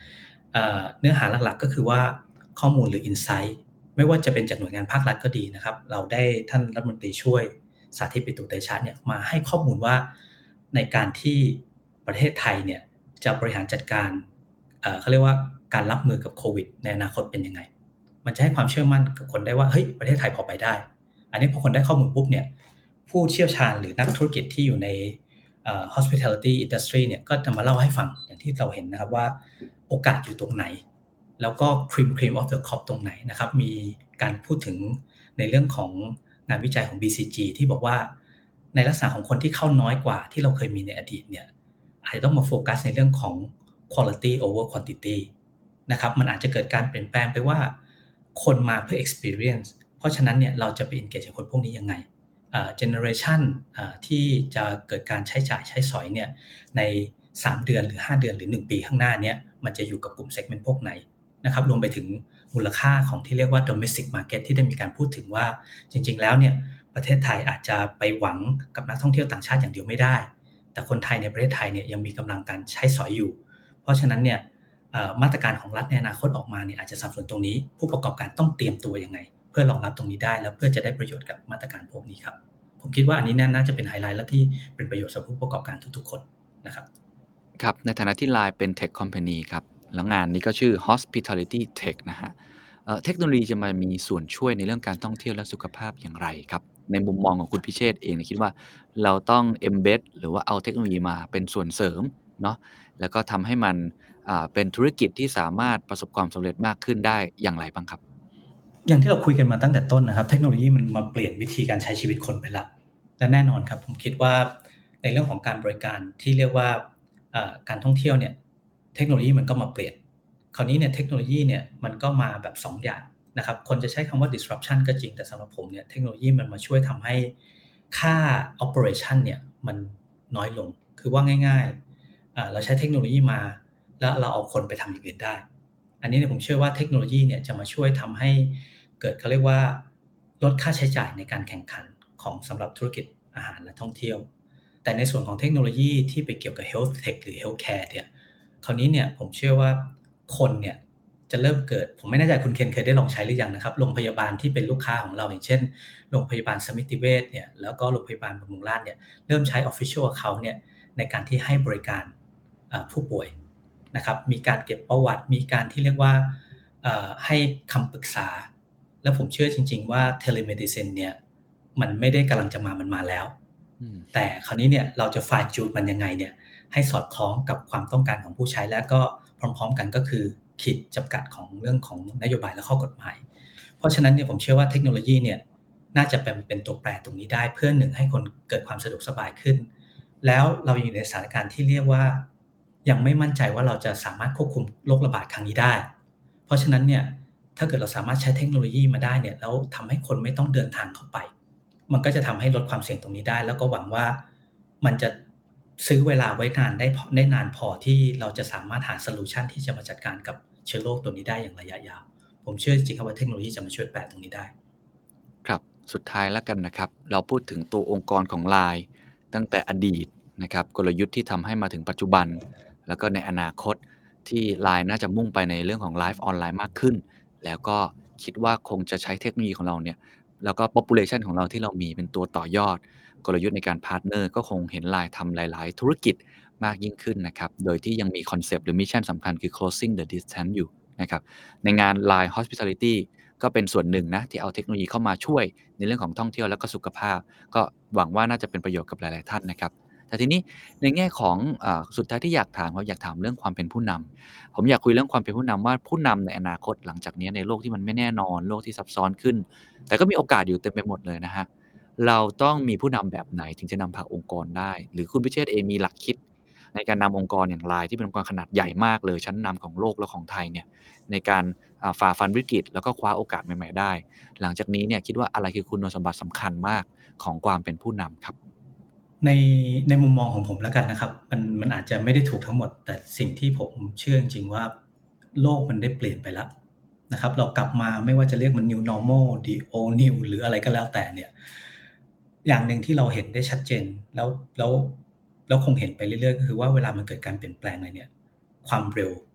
เอ่อเนื้อหาหลักๆก็คือว่าข้อมูลหรือ insight ไม่ว่าจะเป็นจากหน่วยงานภาครัฐก็ดีนะครับเราได้ท่านรัฐมนตรีช่วยสาธิตปิตุเตชะเนี่ยมาให้ข้อมูลว่าในการที่ประเทศไทยเนี่ยจะบริหารจัดการเอ่อเขาเรียกว่าการรับมือกับโควิดในอนาคตเป็นยังไงมันจะให้ความเชื่อมั่นกับคนได้ว่าเฮ้ยประเทศไทยพอไปได้อันนี้พอคนได้ข้อมูลปุ๊บเนี่ยผู้เชี่ยวชาญหรือนักธุรกิจที่อยู่ในเอ่อ hospitality industry เนี่ยก็จะมาเล่าให้ฟังอย่างที่เราเห็นนะครับว่าโอกาสอยู่ตรงไหนแล้วก็ cream cream of the crop ตรงไหนนะครับมีการพูดถึงในเรื่องของงานวิจัยของ บี ซี จี ที่บอกว่าในลักษณะของคนที่เข้าน้อยกว่าที่เราเคยมีในอดีตเนี่ยอาจจะต้องมาโฟกัสในเรื่องของ quality over quantity นะครับมันอาจจะเกิดการเปลี่ยนแปลงไปว่าคนมาเพื่อ experience เพราะฉะนั้นเนี่ยเราจะไป engage กับคนพวกนี้ยังไงเอ่อ generation เอ่อที่จะเกิดการใช้จ่ายใช้สอยเนี่ยในสามเดือนหรือห้าเดือนหรือหนึ่งปีข้างหน้าเนี่ยมันจะอยู่กับกลุ่ม segment พวกไหนนะครับรวมไปถึงมูลค่าของที่เรียกว่า domestic market ที่ได้มีการพูดถึงว่าจริงๆแล้วเนี่ยประเทศไทยอาจจะไปหวังกับนักท่องเที่ยวต่างชาติอย่างเดียวไม่ได้แต่คนไทยในประเทศไทยเนี่ยยังมีกำลังการใช้สอยอยู่เพราะฉะนั้นเนี่ยมาตรการของรัฐในอนาคตออกมาเนี่ยอาจจะสนับสนุนตรงนี้ผู้ประกอบการต้องเตรียมตัวยังไงเพื่อรองรับตรงนี้ได้แล้วเพื่อจะได้ประโยชน์กับมาตรการพวกนี้ครับผมคิดว่าอันนี้น่าจะเป็นไฮไลท์และที่เป็นประโยชน์สำหรับผู้ประกอบการทุกๆคนนะครับครับในฐานะที่ ไลน์ เป็น Tech Company ครับแล้วงานนี้ก็ชื่อ Hospitality Tech นะฮะเอ่อเทคโนโลยีจะมามีส่วนช่วยในเรื่องการท่องเที่ยวและสุขภาพอย่างไรครับในมุมมองของคุณพิเชษฐ์เองคิดว่าเราต้อง embed หรือว่าเอาเทคโนโลยีมาเป็นส่วนเสริมเนาะแล้วก็ทำให้มันอ่าเป็นธุรกิจที่สามารถประสบความสำเร็จมากขึ้นได้อย่างไรบ้างครับอย่างที่เราคุยกันมาตั้งแต่ต้นนะครับเทคโนโลยีมันมาเปลี่ยนวิธีการใช้ชีวิตคนไปละและแน่นอนครับผมคิดว่าในเรื่องของการบริการที่เรียกว่าการท่องเที่ยวเนี่ยเทคโนโลยีมันก็มาเปลี่ยนคราวนี้เนี่ยเทคโนโลยีเนี่ยมันก็มาแบบสองอย่างนะครับคนจะใช้คำว่า disruption ก็จริงแต่สำหรับผมเนี่ยเทคโนโลยีมันมาช่วยทำให้ค่า operation เนี่ยมันน้อยลงคือว่าง่ายๆเราใช้เทคโนโลยีมาแล้วเราเอาคนไปทำอย่างอื่นได้อันนี้เนี่ยผมเชื่อว่าเทคโนโลยีเนี่ยจะมาช่วยทำให้เกิดเขาเรียกว่าลดค่าใช้จ่ายในการแข่งขันของสำหรับธุรกิจอาหารและท่องเที่ยวแต่ในส่วนของเทคโนโลยีที่ไปเกี่ยวกับ health tech หรือ healthcare เนี่ยคราวนี้เนี่ยผมเชื่อว่าคนเนี่ยจะเริ่มเกิดผมไม่แน่ใจคุณเคนเคยได้ลองใช้หรือยังนะครับโรงพยาบาลที่เป็นลูกค้าของเราอย่างเช่นโรงพยาบาลสมิติเวชเนี่ยแล้วก็โรงพยาบาลบำรุงราษฎร์เนี่ยเริ่มใช้ official account เนี่ยในการที่ให้บริการผู้ป่วยนะครับมีการเก็บประวัติมีการที่เรียกว่าให้คำปรึกษาแล้วผมเชื่อจริงๆว่า telemedicine เนี่ยมันไม่ได้กำลังจะมามันมาแล้วแต่คราวนี้เนี่ยเราจะ fine tune มันยังไงเนี่ยให้สอดคล้องกับความต้องการของผู้ใช้และก็พร้อมๆกันก็คือขีดจำกัดของเรื่องของนโยบายและข้อกฎหมายเพราะฉะนั้นเนี่ยผมเชื่อว่าเทคโนโลยีเนี่ยน่าจะเป็นเป็นตัวแปรตรงนี้ได้เพื่อหนึ่งให้คนเกิดความสะดวกสบายขึ้นแล้วเราอยู่ในสถานการณ์ที่เรียกว่ายังไม่มั่นใจว่าเราจะสามารถควบคุมโรคระบาดครั้งนี้ได้เพราะฉะนั้นเนี่ยถ้าเกิดเราสามารถใช้เทคโนโลยีมาได้เนี่ยแล้วทำให้คนไม่ต้องเดินทางเข้าไปมันก็จะทำให้ลดความเสี่ยงตรงนี้ได้แล้วก็หวังว่ามันจะซื้อเวลาไว้นานได้ได้นานพอที่เราจะสามารถหาโซลูชันที่จะมาจัดการกับเชื้อโรคตัวนี้ได้อย่างระยะยาวผมเชื่อจริงๆว่าเทคโนโลยีจะมาช่วยแปลตรงนี้ได้ครับสุดท้ายแล้วกันนะครับเราพูดถึงตัวองค์กรของ ไลน์ ตั้งแต่อดีตนะครับกลยุทธ์ที่ทำให้มาถึงปัจจุบันแล้วก็ในอนาคตที่ ไลน์ น่าจะมุ่งไปในเรื่องของไลฟ์ออนไลน์มากขึ้นแล้วก็คิดว่าคงจะใช้เทคโนโลยีของเราเนี่ยแล้วก็ population ของเราที่เรามีเป็นตัวต่อยอดกลยุทธ์ในการพาร์ทเนอร์ก็คงเห็น ไลน์ ทำหลายๆธุรกิจมากยิ่งขึ้นนะครับโดยที่ยังมีคอนเซปต์หรือมิชชั่นสำคัญคือ closing the distance อยู่นะครับในงาน ไลน์ Hospitality ก็เป็นส่วนหนึ่งนะที่เอาเทคโนโลยีเข้ามาช่วยในเรื่องของท่องเที่ยวและก็สุขภาพก็หวังว่าน่าจะเป็นประโยชน์กับหลายๆท่านนะครับแต่ทีนี้ในแง่ของอ่าสุดท้ายที่อยากถามเราอยากถามเรื่องความเป็นผู้นำผมอยากคุยเรื่องความเป็นผู้นำว่าผู้นำในอนาคตหลังจากนี้ในโลกที่มันไม่แน่นอนโลกที่ซับซ้อนขึ้นแต่ก็มีโอกาสอยู่เต็มไปหมดเลยนะฮะเราต้องมีผู้นำแบบไหนถึงจะนำพาองค์กรได้หรือคุณพิเชษฐ์เองมีหลักคิดในการนำองค์กรอย่าง ไลน์ ที่เป็นองค์กรขนาดใหญ่มากเลยชั้นนำของโลกและของไทยเนี่ยในการฝ่าฟันวิกฤตแล้วก็คว้าโอกาสใหม่ๆได้หลังจากนี้เนี่ยคิดว่าอะไรคือคุณสมบัติสำคัญมากของความเป็นผู้นำครับในในมุมมองของผมแล้วกันนะครับมันมันอาจจะไม่ได้ถูกทั้งหมดแต่สิ่งที่ผมเชื่อจริงๆว่าโลกมันได้เปลี่ยนไปแล้วนะครับเรากลับมาไม่ว่าจะเรียกมัน new normal the old new หรืออะไรก็แล้วแต่เนี่ยอย่างหนึ่งที่เราเห็นได้ชัดเจนแล้วแล้วแล้วคงเห็นไปเรื่อยๆก็คือว่าเวลามันเกิดการเปลี่ยนแปลงอะไรเนี่ยความเร็ว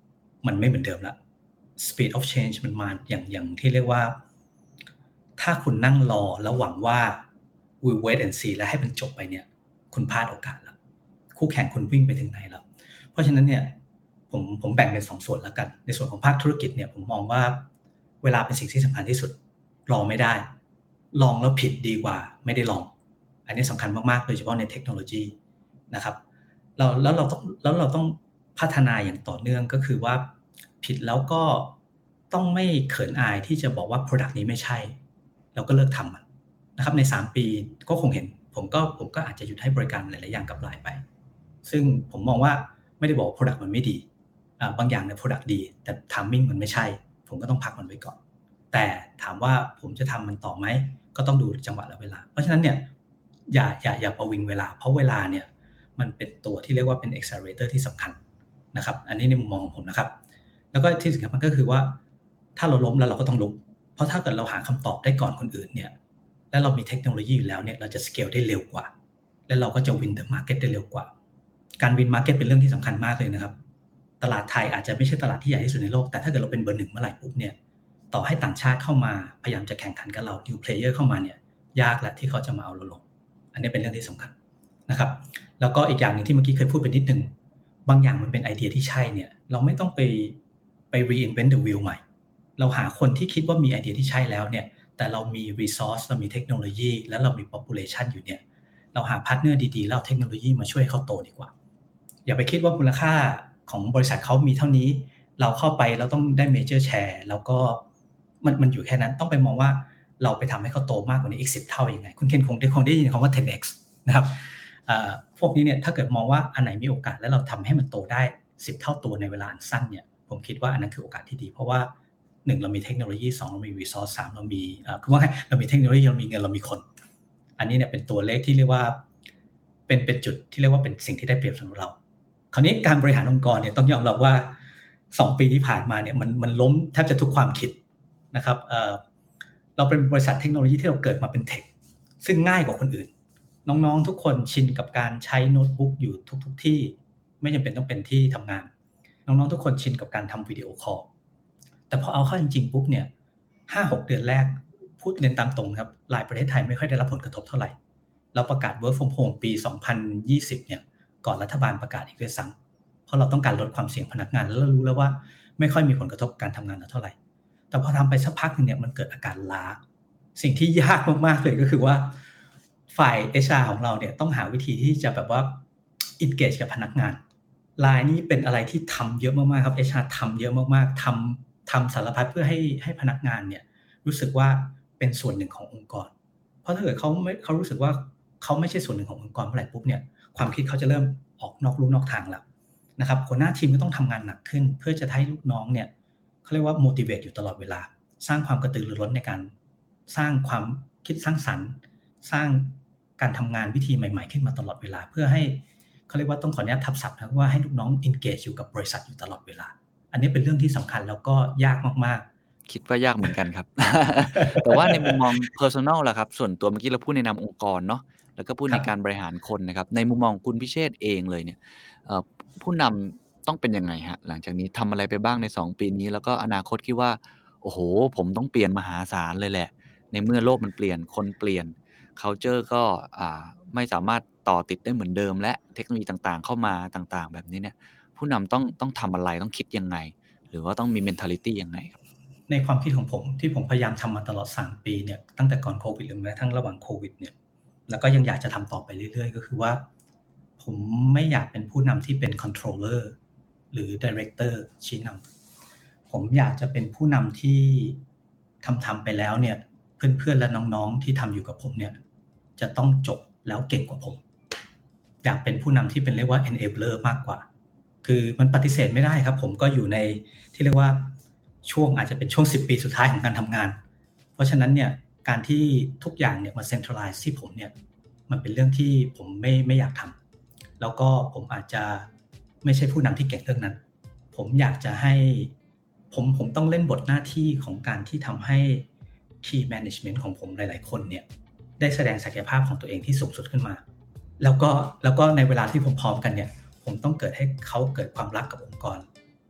มันไม่เหมือนเดิมละ speed of change มันมาอย่างอย่างที่เรียกว่าถ้าคุณนั่งรอแล้วหวังว่า we wait and see แล้วให้มันจบไปเนี่ยคุณพลาดโอกาสแล้วคู่แข่งคุณวิ่งไปถึงไหนแล้วเพราะฉะนั้นเนี่ยผมผมแบ่งเป็นสองส่วนแล้วกันในส่วนของภาคธุรกิจเนี่ยผมมองว่าเวลาเป็นสิ่งที่สำคัญที่สุดรอไม่ได้ลองแล้วผิดดีกว่าไม่ได้ลองอันนี้สำคัญมากๆโดยเฉพาะในเทคโนโลยีนะครับเราแล้วเราต้องแล้วเราต้องพัฒนาอย่างต่อเนื่องก็คือว่าผิดแล้วก็ต้องไม่เขินอายที่จะบอกว่า product นี้ไม่ใช่เราก็เลิกทำมันนะครับในสามปีก็คงเห็นผมก็ผมก็อาจจะหยุดให้บริการหลายๆอย่างกับไลน์ไปซึ่งผมมองว่าไม่ได้บอกว่า product มันไม่ดีอ่าบางอย่างเนี่ย product ดีแต่ timing มันไม่ใช่ผมก็ต้องพักมันไว้ก่อนแต่ถามว่าผมจะทำมันต่อไหมก็ต้องดูจังหวะและเวลาเพราะฉะนั้นเนี่ยอย่าอย่าอย่าประวิงเวลาเพราะเวลาเนี่ยมันเป็นตัวที่เรียกว่าเป็น accelerator ที่สำคัญนะครับอันนี้ในมุมมองของผมนะครับแล้วก็ที่สำคัญก็คือว่าถ้าเราล้มแล้วเราก็ต้องลุกเพราะถ้าเกิดเราหาคำตอบได้ก่อนคนอื่นเนี่ยและเรามีเทคโนโลยีอยู่แล้วเนี่ยเราจะสเกลได้เร็วกว่าและเราก็จะ win the market ได้เร็วกว่าการ win market เป็นเรื่องที่สำคัญมากเลยนะครับตลาดไทยอาจจะไม่ใช่ตลาดที่ใหญ่ที่สุดในโลกแต่ถ้าเกิดเราเป็นเบอร์หนึ่งเมื่อไหร่ปุ๊บเนี่ยต่อให้ต่างชาติเข้ามาพยายามจะแข่งขันกับเรา new player เข้ามาเนี่ยยากแหละที่เขาจะมาเอาเราลงอันนี้เป็นเรื่องที่สำคัญนะครับแล้วก็อีกอย่างนึงที่เมื่อกี้เคยพูดไปนิดนึงบางอย่างมันเป็นไอเดียที่ใช่เนี่ยเราไม่ต้องไปไป reinvent the wheel ใหม่เราหาคนที่คิดว่ามีไอเดียที่ใช่แล้วเนี่ยแต่เรามี resource เรามีเทคโนโลยีแล้วเรามี population อยู่เนี่ยเราหาพาร์ทเนอร์ดีๆแล้วเทคโนโลยีมาช่วยเขาโตดีกว่าอย่าไปคิดว่ามูลค่าของบริษัทเขามีเท่านี้เราเข้าไปเราต้องได้ major share แล้วก็มันมันอยู่แค่นั้นต้องไปมองว่าเราไปทำให้เขาโตมากกว่านี้อีกสิบเท่ายังไงคุณเคนคงได้คงได้ยินคำว่า เท็น เอ็กซ์ นะครับพวกนี้เนี่ยถ้าเกิดมองว่าอันไหนมีโอกาสแล้วเราทำให้มันโตได้สิบเท่าตัวในเวลาอันสั้นเนี่ยผมคิดว่าอันนั้นคือโอกาสที่ดีเพราะว่าหนึ่งเรามีเทคโนโลยีสองเรามี resource สามเรามีเอ่อคือว่าเรามีเทคโนโลยีเรามีเงินเรามีคนอันนี้เนี่ยเป็นตัวเลขที่เรียกว่าเป็นเป็นจุดที่เรียกว่าเป็นสิ่งที่ได้เปรียบสำหรับเราคราวนี้การบริหารองค์กรเนี่ยต้องยอมรับว่าสองปีที่ผ่านมาเนี่ยมันมันล้มแทบจะทุกความคิดนะครับเอ่อเราเป็นบริษัทเทคโนโลยีที่เราเกิดมาเป็นเทคซึ่งง่ายกว่าคนอื่นน้องๆทุกคนชินกับการใช้โน้ตบุ๊กอยู่ทุกๆที่ไม่จำเป็นต้องเป็นที่ทำงานน้องๆทุกคนชินกับการทำวิดีโอคอลแต่พอเอาเข้าจริงๆปุ๊บเนี่ย ห้าหก เดือนแรกพูดเรียนตามตรงครับหลายประเทศไทยไม่ค่อยได้รับผลกระทบเท่าไหร่เราประกาศ work from home ปีสองพันยี่สิบเนี่ยก่อนรัฐบาลประกาศอีกด้วยซ้ำเพราะเราต้องการลดความเสี่ยงพนักงานแล้วเรารู้แล้วว่าไม่ค่อยมีผลกระทบการทำงานเท่าไหร่แต่พอทำไปสักพักนึงเนี่ยมันเกิดอาการล้าสิ่งที่ยากมากๆเลยก็คือว่าฝ่าย เอช อาร์ ของเราเนี่ยต้องหาวิธีที่จะแบบว่า engage กับพนักงานไลน์นี้เป็นอะไรที่ทำเยอะมากๆครับ เอช อาร์ ทำเยอะมากๆทำทำสารพัดเพื่อให้ให้พนักงานเนี่ยรู้สึกว่าเป็นส่วนหนึ่งขององค์กรเพราะถ้าเกิดเขาไม่เขารู้สึกว่าเขาไม่ใช่ส่วนหนึ่งขององค์กรเมื่อไหร่ปุ๊บเนี่ยความคิดเขาจะเริ่มออกนอกลู่นอกทางแล้วนะครับหัวหน้าทีมก็ต้องทำงานหนักขึ้นเพื่อจะให้ลูกน้องเนี่ยเขาเรียกว่า motivate อยู่ตลอดเวลาสร้างความกระตือรือร้นในการสร้างความคิดสร้างสรรค์สร้างการทำงานวิธีใหม่ๆขึ้นมาตลอดเวลาเพื่อให้เขาเรียกว่าต้องขออนุญาตทับศัพท์นะว่าให้ลูกน้อง engage อยู่กับบริษัทอยู่ตลอดเวลาอันนี้เป็นเรื่องที่สำคัญแล้วก็ยากมากๆคิดว่ายากเหมือนกันครับ แต่ว่าในมุมมอง personal ล่ะครับส่วนตัวเมื่อกี้เราพูดในนามองค์กรเนาะแล้วก็พูดในการบริหารคนนะครับในมุมมองคุณพิเชษฐ์เองเลยเนี่ยผู้นำต้องเป็นยังไงฮะหลังจากนี้ทำอะไรไปบ้างในสองปีนี้แล้วก็อนาคตคิดว่าโอ้โหผมต้องเปลี่ยนมหาศาลเลยแหละในเมื่อโลกมันเปลี่ยนคนเปลี่ยน culture ก็อ่าไม่สามารถต่อติดได้เหมือนเดิมและเทคโนโลยีต่างๆเข้ามาต่างๆแบบนี้เนี่ยผู้นำต้องต้องทำอะไรต้องคิดยังไงหรือว่าต้องมี mentality ยังไงครับในความคิดของผมที่ผมพยายามทำมาตลอดสามปีเนี่ยตั้งแต่ก่อนโควิดหรือแม้ทั้งระหว่างโควิดเนี่ยแล้วก็ยังอยากจะทำต่อไปเรื่อยๆก็คือว่าผมไม่อยากเป็นผู้นำที่เป็น controller หรือ director ชี้นำผมอยากจะเป็นผู้นำที่ทำทำไปแล้วเนี่ยเพื่อนๆและน้องๆที่ทำอยู่กับผมเนี่ยจะต้องจบแล้วเก่งกว่าผมอยากเป็นผู้นำที่เป็นเรียกว่า enabler มากกว่าคือมันปฏิเสธไม่ได้ครับผมก็อยู่ในที่เรียกว่าช่วงอาจจะเป็นช่วงสิบปีสุดท้ายของการทำงานเพราะฉะนั้นเนี่ยการที่ทุกอย่างเนี่ยมา centralize ที่ผมเนี่ยมันเป็นเรื่องที่ผมไม่ไม่อยากทำแล้วก็ผมอาจจะไม่ใช่ผู้นำที่เก่งเรื่องนั้นผมอยากจะให้ผมผมต้องเล่นบทหน้าที่ของการที่ทำให้ key management ของผมหลายๆคนเนี่ยได้แสดงศักยภาพของตัวเองที่สูงสุดขึ้นมาแล้วก็แล้วก็ในเวลาที่ผมพร้อมกันเนี่ยผมต้องเกิดให้เขาเกิดความรักกับองค์กร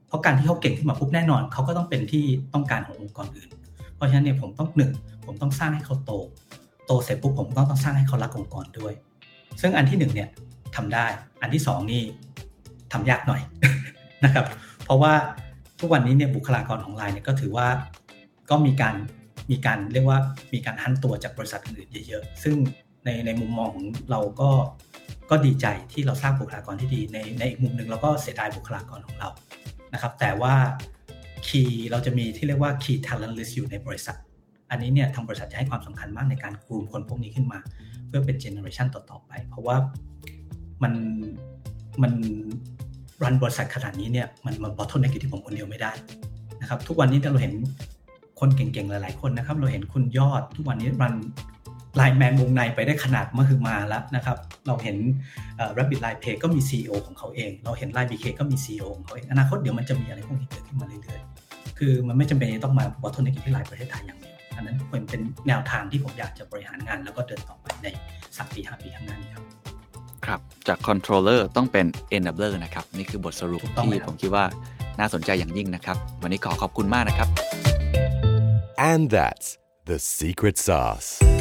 เพราะการที่เขาเก่งขึ้นมาปุ๊บแน่นอนเขาก็ต้องเป็นที่ต้องการขององค์กรอื่นเพราะฉะนั้นเนี่ยผมต้องหนึ่งผมต้องสร้างให้เขาโตโตเสร็จปุ๊บผมต้องต้องสร้างให้เขารักองค์กรด้วยซึ่งอันที่หนึ่งเนี่ยทำได้อันที่สองนี่ทำยากหน่อย นะครับเพราะว่าทุกวันนี้เนี่ยบุคลากรของ ไลน์ เนี่ยก็ถือว่าก็มีการมีการเรียกว่ามีการหันตัวจากบริษัทอื่นๆเยอะๆซึ่งในในมุมมองของเราก็ก็ดีใจที่เราสร้างบุคลากรที่ดีในในอีกมุมนึงเราก็เสียดายบุคลากรของเรานะครับแต่ว่าคีย์เราจะมีที่เรียกว่า Key Talent List อยู่ในบริษัทอันนี้เนี่ยทางบริษัทจะให้ความสำคัญมากในการกลุ่มคนพวกนี้ขึ้นมาเพื่อเป็นเจเนอเรชันต่อๆไปเพราะว่ามันมันรันบริษัทขนาดนี้เนี่ยมันมันบอทเทิลเน็กที่ผมคนเดียวไม่ได้นะครับทุกวันนี้เราเห็นคนเก่งๆหลายๆคนนะครับเราเห็นคุณยอดทุกวันนี้รันไลน์แมนวงในไปได้ขนาดมหึมาแล้วนะครับเราเห็นเอ่อ Rabbit Line Pay ก็มี ซี อี โอ ของเขาเองเราเห็น Line บี เค ก็มี ซี อี โอ ของเขาเองอนาคตเดี๋ยวมันจะมีอะไรพวกนี้เกิดขึ้นมาเรื่อยๆคือมันไม่จำเป็นต้องมาบอทเทิลเน็กที่ไลน์ประเทศไทยอย่างเดียวอันนั้นเป็นแนวทางที่ผมอยากจะบริหารงานแล้วก็เดินต่อไปในสามปีห้าปีข้างหน้านี้ครับครับจาก controller ต้องเป็น enabler นะครับนี่คือบทสรุปที่ผมคิดว่าน่าสนใจอย่างยิ่งนะครับวันนี้ขอขอบคุณมากนะครับ And that's the secret sauce